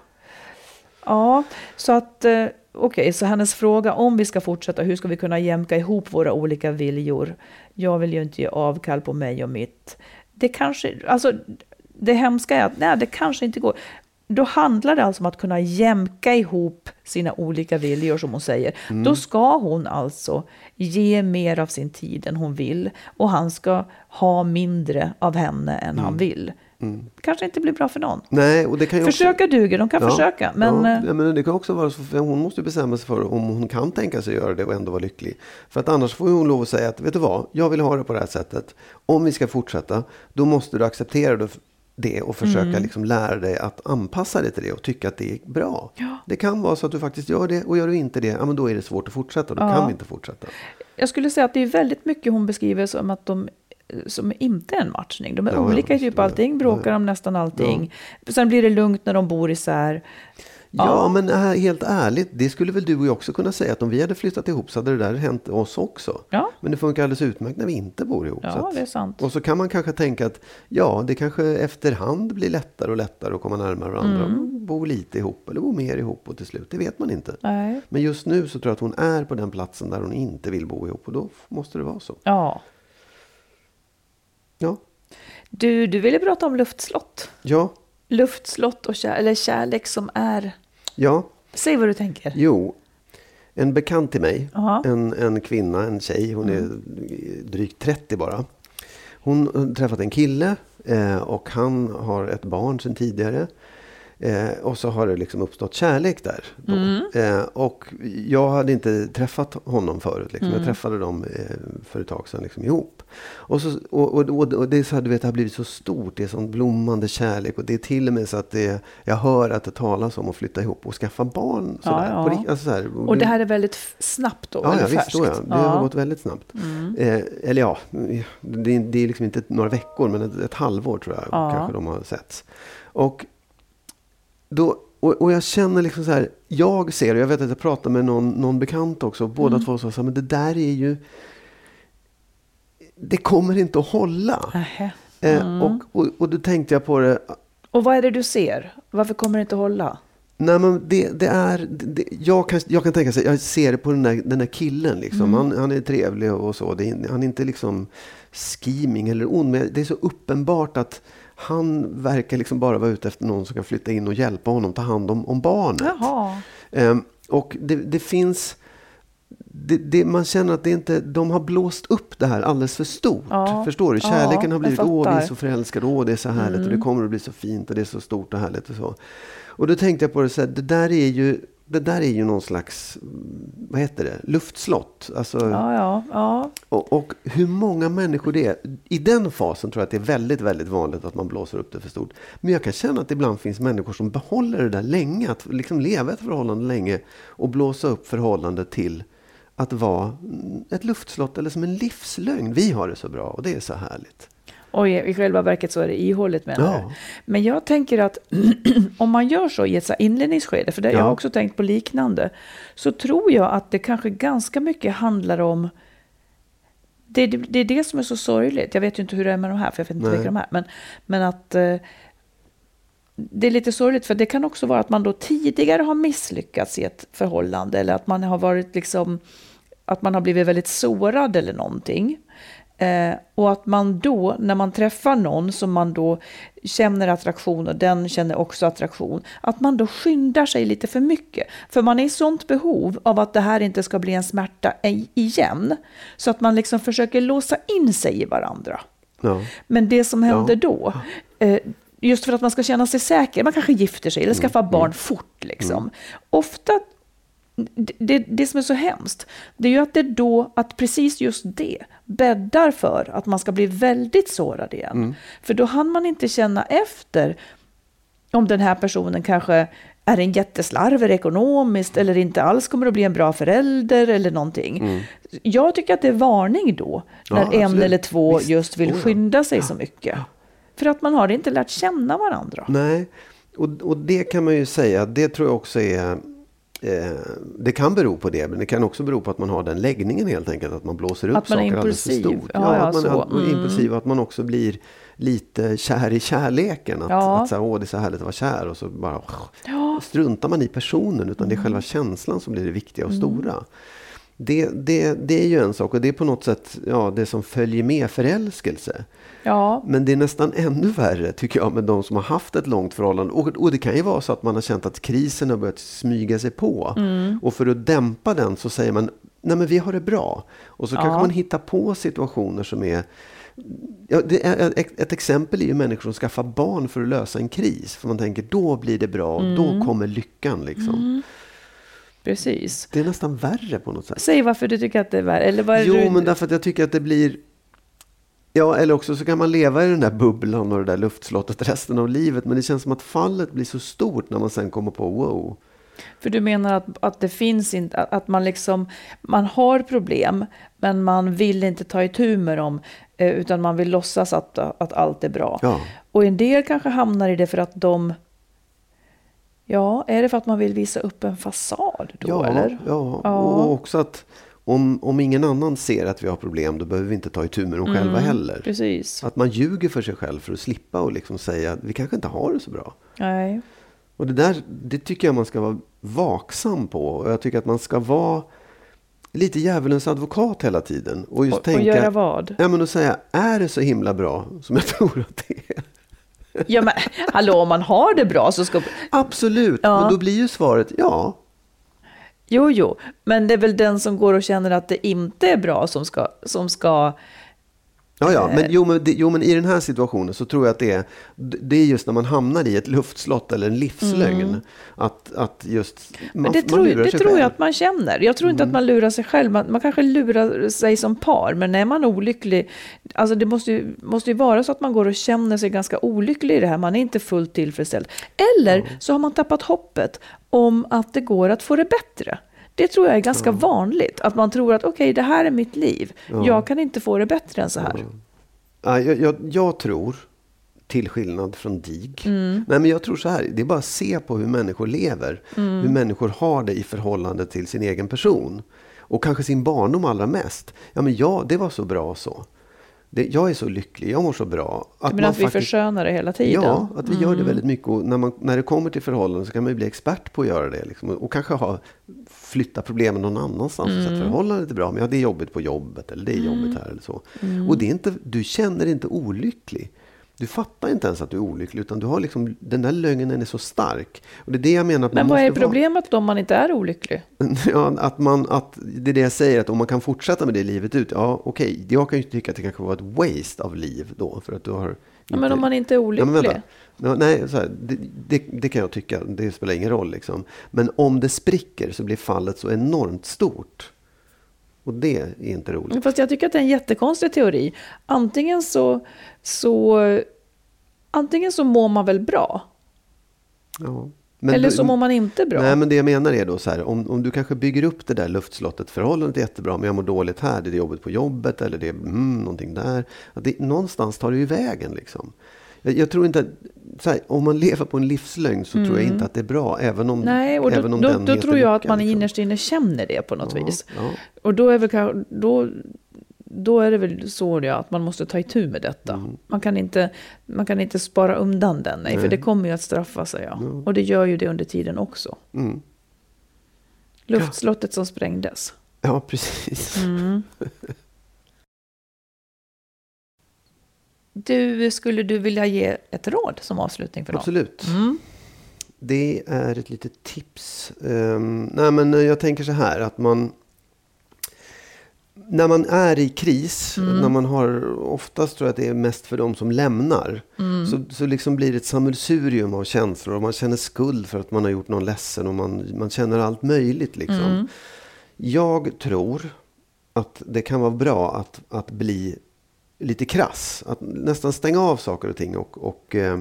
[SPEAKER 3] ja så att eh, okej, okay, så hennes fråga om vi ska fortsätta, hur ska vi kunna jämka ihop våra olika viljor? Jag vill ju inte ge avkall på mig och mitt. Det kanske, alltså det hemska är att nej, det kanske inte går. Då handlar det alltså om att kunna jämka ihop sina olika viljor som hon säger. Mm. Då ska hon alltså ge mer av sin tid än hon vill. Och han ska ha mindre av henne än mm. han vill. Mm. Kanske inte blir bra för någon.
[SPEAKER 5] Nej, och det kan ju
[SPEAKER 3] försöka
[SPEAKER 5] också...
[SPEAKER 3] duger, de kan
[SPEAKER 5] ja,
[SPEAKER 3] försöka. Men...
[SPEAKER 5] Ja, men det kan också vara så, för hon måste bestämma sig för om hon kan tänka sig göra det och ändå vara lycklig. För att annars får hon lov att säga att, vet du vad, jag vill ha det på det här sättet. Om vi ska fortsätta, då måste du acceptera det och försöka mm. liksom lära dig att anpassa dig till det och tycka att det är bra. Ja. Det kan vara så att du faktiskt gör det, och gör du inte det, ja, men då är det svårt att fortsätta. Då ja. kan vi inte fortsätta.
[SPEAKER 3] Jag skulle säga att det är väldigt mycket hon beskriver som att de som inte är en matchning. De är ja, olika i typ allting, bråkar ja. om nästan allting. Ja. Sen blir det lugnt när de bor isär.
[SPEAKER 5] Ja, ja, men helt ärligt, det skulle väl du och jag också kunna säga, att om vi hade flyttat ihop så hade det där hänt oss också. Ja. Men det funkar alldeles utmärkt när vi inte bor ihop.
[SPEAKER 3] Ja,
[SPEAKER 5] så att,
[SPEAKER 3] det är sant.
[SPEAKER 5] Och så kan man kanske tänka att ja, det kanske efterhand blir lättare och lättare att komma närmare varandra. Mm. Bo lite ihop eller bo mer ihop och till slut, det vet man inte.
[SPEAKER 3] Nej.
[SPEAKER 5] Men just nu så tror jag att hon är på den platsen där hon inte vill bo ihop, och då måste det vara så.
[SPEAKER 3] Ja.
[SPEAKER 5] Ja.
[SPEAKER 3] Du, du ville prata om luftslott.
[SPEAKER 5] Ja.
[SPEAKER 3] Luftslott och kär, eller kärlek som är...
[SPEAKER 5] Ja.
[SPEAKER 3] Säg vad du tänker.
[SPEAKER 5] Jo, en bekant till mig,
[SPEAKER 3] uh-huh.
[SPEAKER 5] en, en kvinna, en tjej, hon är mm. drygt trettio bara. Hon har träffat en kille eh, och han har ett barn sedan tidigare. Eh, och så har det liksom uppstått kärlek där. Då.
[SPEAKER 3] Mm.
[SPEAKER 5] Eh, och jag hade inte träffat honom förut. Liksom.
[SPEAKER 3] Mm.
[SPEAKER 5] Jag träffade dem eh, för ett tag sedan liksom, ihop. Och, så, och, och, och, och det, är så här, du vet, det har blivit så stort. Det är sån blommande kärlek. Och det är till och med så att det, jag hör att det talas om att flytta ihop och skaffa barn. Sådär,
[SPEAKER 3] ja, ja.
[SPEAKER 5] På, alltså så här, och,
[SPEAKER 3] och det här är väldigt snabbt då?
[SPEAKER 5] Ja,
[SPEAKER 3] eller
[SPEAKER 5] ja visst.
[SPEAKER 3] färskt.
[SPEAKER 5] Då, ja. Det
[SPEAKER 3] ja.
[SPEAKER 5] har gått väldigt snabbt. Mm. Eh, eller ja, det, det är liksom inte några veckor, men ett, ett halvår tror jag
[SPEAKER 3] ja.
[SPEAKER 5] kanske de har setts. Och då... Och, och jag känner liksom så här, jag ser, och jag vet att jag pratar med någon, någon bekant också, båda mm. två sa, men det där är ju, det kommer inte att hålla.
[SPEAKER 3] Mm.
[SPEAKER 5] Eh, och, och, och då tänkte jag på det.
[SPEAKER 3] Och Och vad är det du ser? Varför kommer det inte hålla?
[SPEAKER 5] Nej, men det, det är, det, jag, kan, jag kan tänka sig, jag ser det på den där, den där killen. Liksom. Mm. Han, han är trevlig och så. Det är, han är inte liksom scheming eller ond. Men det är så uppenbart att han verkar liksom bara vara ute efter någon som kan flytta in och hjälpa honom ta hand om, om barnet.
[SPEAKER 3] Jaha.
[SPEAKER 5] Um, och det, det finns... Det, det, man känner att det inte, de har blåst upp det här alldeles för stort. Ja, förstår du? Kärleken ja, har blivit, åh vi är så förälskade, åh det är så härligt mm. och det kommer att bli så fint och det är så stort och härligt och så. Och då tänkte jag på det så här, det där är ju, det där är ju någon slags, vad heter det, luftslott. Alltså,
[SPEAKER 3] ja, ja, ja.
[SPEAKER 5] Och, och hur många människor det är. I den fasen tror jag att det är väldigt, väldigt vanligt att man blåser upp det för stort. Men jag kan känna att det ibland finns människor som behåller det där länge, att liksom leva ett förhållande länge och blåsa upp förhållande till att vara ett luftslott eller som en livslögn. Vi har det så bra och det är så härligt.
[SPEAKER 3] Och i själva verket så är det ihålligt med det. Ja. Men jag tänker att om man gör så i ett så inledningsskede, för det, ja. jag har också tänkt på liknande, så tror jag att det kanske ganska mycket handlar om, det, det, det är det som är så sorgligt. Jag vet ju inte hur det är med de här, för jag vet inte vilka de här, men, men att eh, det är lite sorgligt, för det kan också vara att man då tidigare har misslyckats i ett förhållande, eller att man har varit liksom, att man har blivit väldigt sårad eller någonting. Eh, och att man då, när man träffar någon som man då känner attraktion och den känner också attraktion, att man då skyndar sig lite för mycket. För man är i sånt behov av att det här inte ska bli en smärta igen. Så att man liksom försöker låsa in sig i varandra. Ja. Men det som händer ja. då, eh, just för att man ska känna sig säker, man kanske gifter sig eller skaffar mm. barn mm. fort liksom. Mm. Ofta Det, det som är så hemskt, det är ju att det då, att precis just det bäddar för att man ska bli väldigt sårad igen. Mm. För då hann man inte känna efter om den här personen kanske är en jätteslarver ekonomiskt eller inte alls kommer att bli en bra förälder eller någonting. Mm. Jag tycker att det är varning då när ja, en absolut. eller två Visst. just vill skynda sig ja. så mycket. För att man har inte lärt känna varandra.
[SPEAKER 5] Nej, och, och det kan man ju säga, det tror jag också är... Eh, det kan bero på det, men det kan också bero på att man har den läggningen helt enkelt, att man blåser upp saker alldeles för stort.
[SPEAKER 3] Ja, ja,
[SPEAKER 5] att man
[SPEAKER 3] så.
[SPEAKER 5] är mm. impulsiv, att man också blir lite kär i kärleken. Att,
[SPEAKER 3] ja.
[SPEAKER 5] att så här, åh det är så härligt att vara kär, och så bara ja. struntar man i personen, utan mm. det är själva känslan som blir det viktiga och mm. stora. Det, det, det är ju en sak, och det är på något sätt ja, det som följer med förälskelse.
[SPEAKER 3] Ja.
[SPEAKER 5] Men det är nästan ännu värre tycker jag med de som har haft ett långt förhållande. Och, och det kan ju vara så att man har känt att krisen har börjat smyga sig på. Mm. Och för att dämpa den så säger man, nej men vi har det bra. Och så ja. kanske man hittar på situationer som är... Ja, det är ett, ett exempel är ju människor som skaffar barn för att lösa en kris. För man tänker, då blir det bra och mm. då kommer lyckan liksom. Mm.
[SPEAKER 3] Precis.
[SPEAKER 5] Det är nästan värre på något sätt.
[SPEAKER 3] Säg varför du tycker att det är värre. Eller vad är
[SPEAKER 5] jo,
[SPEAKER 3] du...
[SPEAKER 5] men därför att jag tycker att det blir... Ja, eller också så kan man leva i den där bubblan och det där luftslottet resten av livet. Men det känns som att fallet blir så stort när man sen kommer på wow.
[SPEAKER 3] För du menar att, att det finns inte, att man liksom, man har problem men man vill inte ta itu med dem, utan man vill låtsas att, att allt är bra.
[SPEAKER 5] Ja.
[SPEAKER 3] Och en del kanske hamnar i det för att de, ja, är det för att man vill visa upp en fasad då,
[SPEAKER 5] ja,
[SPEAKER 3] eller?
[SPEAKER 5] Ja, ja, och också att Om, om ingen annan ser att vi har problem, då behöver vi inte ta itu med dem mm, själva heller.
[SPEAKER 3] Precis.
[SPEAKER 5] Att man ljuger för sig själv för att slippa och liksom säga att vi kanske inte har det så bra.
[SPEAKER 3] Nej.
[SPEAKER 5] Och det där, det tycker jag man ska vara vaksam på. Och jag tycker att man ska vara lite djävulens advokat hela tiden. Och just
[SPEAKER 3] och,
[SPEAKER 5] tänka,
[SPEAKER 3] och göra vad?
[SPEAKER 5] Ja, men att säga, är det så himla bra som jag tror att det är?
[SPEAKER 3] Ja, men hallå, om man har det bra så ska...
[SPEAKER 5] Absolut, ja. Men då blir ju svaret ja.
[SPEAKER 3] Jo, jo, men det är väl den som går och känner att det inte är bra som ska... Som ska
[SPEAKER 5] ja, ja, men, jo, men, det, jo, men i den här situationen så tror jag att det är, det är just när man hamnar i ett luftslott eller en livslögn. Mm. Att, att just... Man,
[SPEAKER 3] men det
[SPEAKER 5] man
[SPEAKER 3] tror,
[SPEAKER 5] lurar
[SPEAKER 3] det
[SPEAKER 5] sig
[SPEAKER 3] tror
[SPEAKER 5] själv.
[SPEAKER 3] jag att man känner. Jag tror inte mm. att man lurar sig själv. Man, man kanske lurar sig som par, men är man olycklig... Alltså det måste ju, måste ju vara så att man går och känner sig ganska olycklig i det här. Man är inte fullt tillfredsställd. Eller mm. så har man tappat hoppet om att det går att få det bättre. Det tror jag är ganska ja. vanligt. Att man tror att okej, okay, det här är mitt liv. Ja. Jag kan inte få det bättre än så här.
[SPEAKER 5] Ja. Jag, jag, jag tror, till skillnad från dig. Mm. Nej, men jag tror så här. Det är bara att se på hur människor lever. Mm. Hur människor har det i förhållande till sin egen person. Och kanske sin barndom allra mest. Ja, men ja, det var så bra så. Det, jag är så lycklig, jag mår så bra.
[SPEAKER 3] Att men att vi faktiskt, förskönar det hela tiden?
[SPEAKER 5] Ja, att vi mm. gör det väldigt mycket. Och när, man, när det kommer till förhållanden så kan man ju bli expert på att göra det. Liksom, och kanske ha, flytta problemen någon annanstans. Mm. Så att förhållandet är bra, men ja, det är jobbigt på jobbet. Eller det är jobbigt här eller så. Mm. Och det är inte, du känner dig inte olycklig. Du fattar inte ens att du är olycklig, utan du har liksom, den där lögnen är så stark. Och det är det jag menar att
[SPEAKER 3] men
[SPEAKER 5] man
[SPEAKER 3] vad är
[SPEAKER 5] måste
[SPEAKER 3] problemet vara... då om man inte är olycklig?
[SPEAKER 5] Ja, att man, att det är det jag säger, att om man kan fortsätta med det livet ut, ja okej, okay, jag kan ju tycka att det kanske var ett waste av liv då, för att du har... Inte...
[SPEAKER 3] Ja, men om man inte är olycklig?
[SPEAKER 5] Ja, men ja, nej, så här, det, det, det kan jag tycka, det spelar ingen roll liksom. Men om det spricker så blir fallet så enormt stort. Och det är inte roligt.
[SPEAKER 3] Fast jag tycker att det är en jättekonstig teori. Antingen så, så, antingen så mår man väl bra.
[SPEAKER 5] Ja.
[SPEAKER 3] Men eller så mår man inte bra.
[SPEAKER 5] Nej, men det jag menar är då så här. Om, om du kanske bygger upp det där luftslottet, förhållandet är jättebra, men jag mår dåligt här. Det är jobbet på jobbet eller det är mm, någonting där. Att det, någonstans tar det ju vägen liksom. Jag, jag tror inte att, så här, om man lever på en livslögn så mm. tror jag inte att det är bra. Även om,
[SPEAKER 3] Nej, och då,
[SPEAKER 5] även om
[SPEAKER 3] då,
[SPEAKER 5] den
[SPEAKER 3] då tror jag
[SPEAKER 5] lycka,
[SPEAKER 3] att man
[SPEAKER 5] liksom.
[SPEAKER 3] innerst inne känner det på något
[SPEAKER 5] ja,
[SPEAKER 3] vis.
[SPEAKER 5] Ja.
[SPEAKER 3] Och då är, väl, då, då är det väl så ja, att man måste ta itu med detta. Mm. Man, kan inte, man kan inte spara undan den, nej, nej. För det kommer ju att straffa sig. Ja. Mm. Och det gör ju det under tiden också. Mm. Luftslottet ja. som sprängdes.
[SPEAKER 5] Ja, precis.
[SPEAKER 3] Mm. Du, skulle du vilja ge ett råd som avslutning för dem?
[SPEAKER 5] Absolut. Mm. Det är ett litet tips. Um, nej, men jag tänker så här att man när man är i kris, mm. när man har, oftast tror jag att det är mest för de som lämnar, mm. så, så liksom blir det ett sammelsurium av känslor och man känner skuld för att man har gjort någon ledsen och man, man känner allt möjligt liksom. Mm. Jag tror att det kan vara bra att, att bli lite krass, att nästan stänga av saker och ting och, och eh,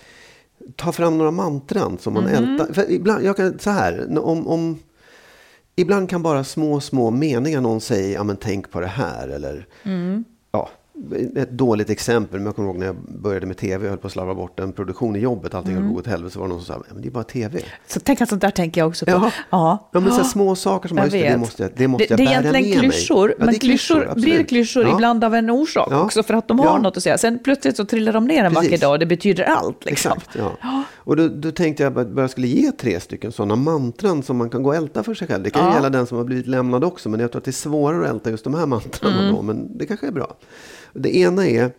[SPEAKER 5] ta fram några mantran som man mm. ältar. För ibland, jag kan, så här, om, om ibland kan bara små, små meningar någon säger, ja men tänk på det här eller mm. ja, ett dåligt exempel, men jag kommer ihåg när jag började med tv, jag höll på att slarva bort en produktion i jobbet, allting mm. höll på att gå åt helvete, så var det någon som sa, ja men det är bara tv.
[SPEAKER 3] Så tänk att sånt där tänker jag också på.
[SPEAKER 5] Ja,
[SPEAKER 3] ja.
[SPEAKER 5] ja men så små saker som, just det, det måste jag, det måste jag
[SPEAKER 3] det,
[SPEAKER 5] bära
[SPEAKER 3] med mig. Det är egentligen klyschor, ja, men klyschor, klyschor blir klyschor ja. ibland av en orsak ja. också, för att de har ja. något att säga. Sen plötsligt så trillar de ner en vacker dag och det betyder allt. Liksom.
[SPEAKER 5] Exakt, ja. ja. Och då, då tänkte jag att jag skulle ge tre stycken sådana mantran som man kan gå och älta för sig själv. Det kan ja. gälla den som har blivit lämnad också, men jag tror att det är svårare att älta just de här mantran mm. då, men det kanske är bra. Det ena är,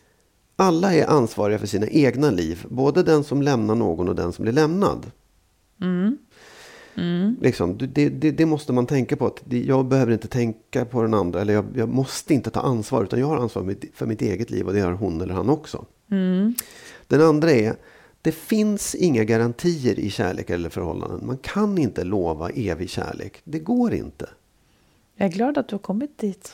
[SPEAKER 5] alla är ansvariga för sina egna liv. Både den som lämnar någon och den som blir lämnad. Mm. Mm. Liksom, det, det, det måste man tänka på. Att jag behöver inte tänka på den andra. Eller jag, jag måste inte ta ansvar. Utan jag har ansvar för mitt, för mitt eget liv. Och det har hon eller han också. Mm. Den andra är, det finns inga garantier i kärlek eller förhållanden. Man kan inte lova evig kärlek. Det går inte.
[SPEAKER 3] Jag är glad att du har kommit dit.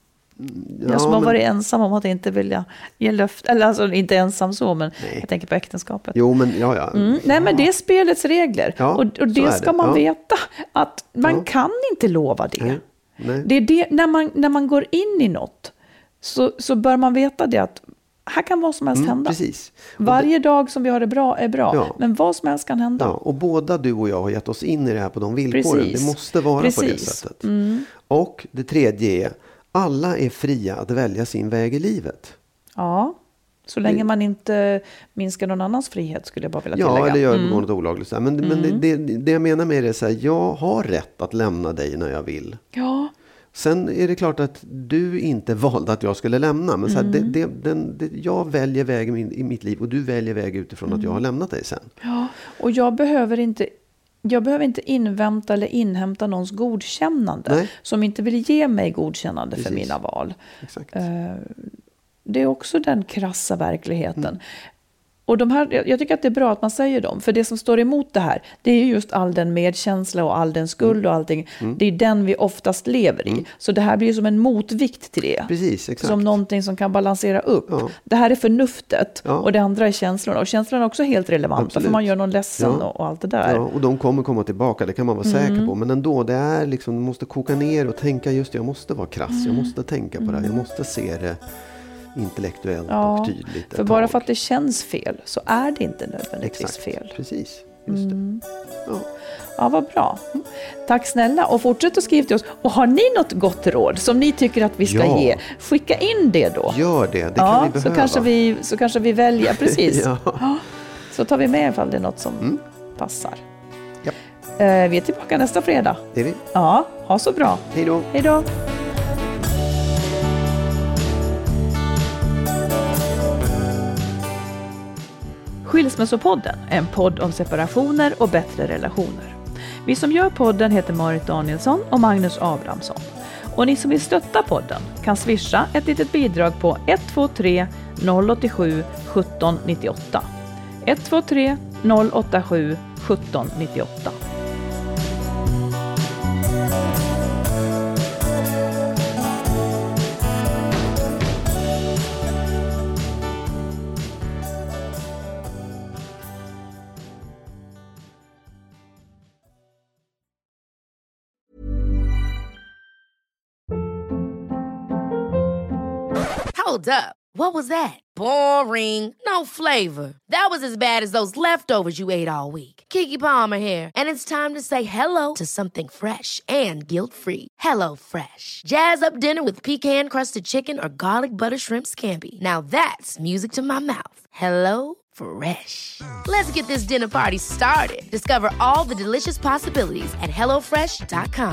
[SPEAKER 3] Ja, jag som har men... varit ensam om att inte vilja ge löft, eller alltså inte ensam så, men nej. Jag tänker på äktenskapet.
[SPEAKER 5] Jo, men ja, ja.
[SPEAKER 3] Mm. Nej, men det är spelets regler. Ja, och och det ska det. man ja. veta, att man ja. kan inte lova det. Nej. Nej. Det är det, när man, när man går in i något så, så bör man veta det att här kan vad som helst mm, hända.
[SPEAKER 5] Precis.
[SPEAKER 3] Varje
[SPEAKER 5] det...
[SPEAKER 3] dag som vi har det bra är bra, ja. men vad som helst kan hända.
[SPEAKER 5] Ja, och båda du och jag har gett oss in i det här på de villkoren. Precis. Det måste vara Precis. på det sättet. Mm. Och det tredje är, alla är fria att välja sin väg i livet.
[SPEAKER 3] Ja, så länge man inte minskar någon annans frihet skulle jag bara vilja tillägga.
[SPEAKER 5] Ja, eller gör mm. något olagligt. Men, mm. men det, det, det jag menar med det är så här, jag har rätt att lämna dig när jag vill.
[SPEAKER 3] Ja.
[SPEAKER 5] Sen är det klart att du inte valde att jag skulle lämna. Men så här, mm. det, det, den, det, jag väljer väg i, min, i mitt liv och du väljer väg utifrån mm. att jag har lämnat dig sen.
[SPEAKER 3] Ja, och jag behöver inte... Jag behöver inte invänta eller inhämta någons godkännande. Nej. Som inte vill ge mig godkännande Precis. för mina val.
[SPEAKER 5] Exakt.
[SPEAKER 3] Det är också den krassa verkligheten. Mm. Och de här, jag tycker att det är bra att man säger dem. För det som står emot det här, det är just all den medkänsla och all den skuld och allting. Mm. Det är den vi oftast lever i. Mm. Så det här blir som en motvikt till det.
[SPEAKER 5] Precis, exakt.
[SPEAKER 3] Som någonting som kan balansera upp. Ja. Det här är förnuftet ja. och det andra är känslorna. Och känslorna är också helt relevanta. Absolut. För man gör någon ledsen ja. och, och allt det där.
[SPEAKER 5] Ja, och de kommer komma tillbaka, det kan man vara mm. säker på. Men ändå, det är liksom, man måste koka ner och tänka just, jag måste vara krass. Mm. Jag måste tänka på det här, jag måste se det intellektuellt ja, och tydligt.
[SPEAKER 3] För bara för att det känns fel så är det inte nödvändigtvis
[SPEAKER 5] Exakt,
[SPEAKER 3] fel.
[SPEAKER 5] Precis, just mm. det. Ja.
[SPEAKER 3] Ja, vad bra. Tack snälla. Och fortsätt att skriva till oss. Och har ni något gott råd som ni tycker att vi ska
[SPEAKER 5] Ja.
[SPEAKER 3] ge, skicka in det då.
[SPEAKER 5] Gör det, det kan
[SPEAKER 3] ja,
[SPEAKER 5] vi behöva.
[SPEAKER 3] Så kanske vi, så kanske vi väljer, precis.
[SPEAKER 5] Ja.
[SPEAKER 3] Ja, så tar vi med ifall det är något som
[SPEAKER 5] Mm.
[SPEAKER 3] passar.
[SPEAKER 5] Ja.
[SPEAKER 3] Eh, vi är tillbaka nästa fredag.
[SPEAKER 5] Det är vi.
[SPEAKER 3] Ja, ha så bra.
[SPEAKER 5] Hej då.
[SPEAKER 3] Hej då. Skilsmässopodden är en podd om separationer och bättre relationer. Vi som gör podden heter Marit Danielsson och Magnus Abrahamsson. Och ni som vill stötta podden kan swisha ett litet bidrag på ett två tre noll åtta sju ett sju nio åtta. ett två tre noll åtta sju ett sju nio åtta.
[SPEAKER 7] Hold up. What was that? Boring. No flavor. That was as bad as those leftovers you ate all week. Keke Palmer here, and it's time to say hello to something fresh and guilt-free. Hello Fresh. Jazz up dinner with pecan-crusted chicken or garlic butter shrimp scampi. Now that's music to my mouth. Hello Fresh. Let's get this dinner party started. Discover all the delicious possibilities at hello fresh dot com.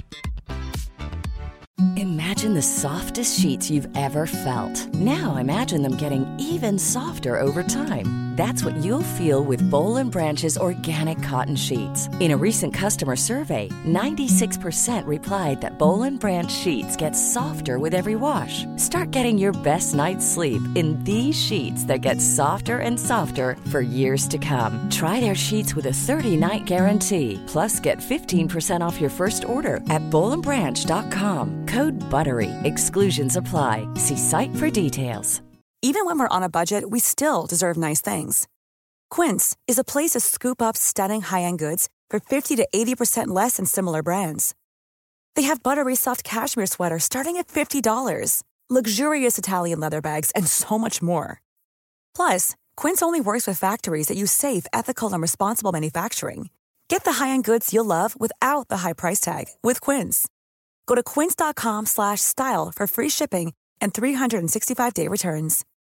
[SPEAKER 8] Imagine the softest sheets you've ever felt. Now imagine them getting even softer over time. That's what you'll feel with Boll and Branch's organic cotton sheets. In a recent customer survey, ninety-six percent replied that Boll and Branch sheets get softer with every wash. Start getting your best night's sleep in these sheets that get softer and softer for years to come. Try their sheets with a thirty-night guarantee. Plus, get fifteen percent off your first order at boll and branch dot com. Code BUTTERY. Exclusions apply. See site for details.
[SPEAKER 11] Even when we're on a budget, we still deserve nice things. Quince is a place to scoop up stunning high-end goods for fifty to eighty percent less than similar brands. They have buttery soft cashmere sweaters starting at fifty dollars, luxurious Italian leather bags, and so much more. Plus, Quince only works with factories that use safe, ethical, and responsible manufacturing. Get the high-end goods you'll love without the high price tag with Quince. Go to quince dot com slash style for free shipping and three sixty-five day returns.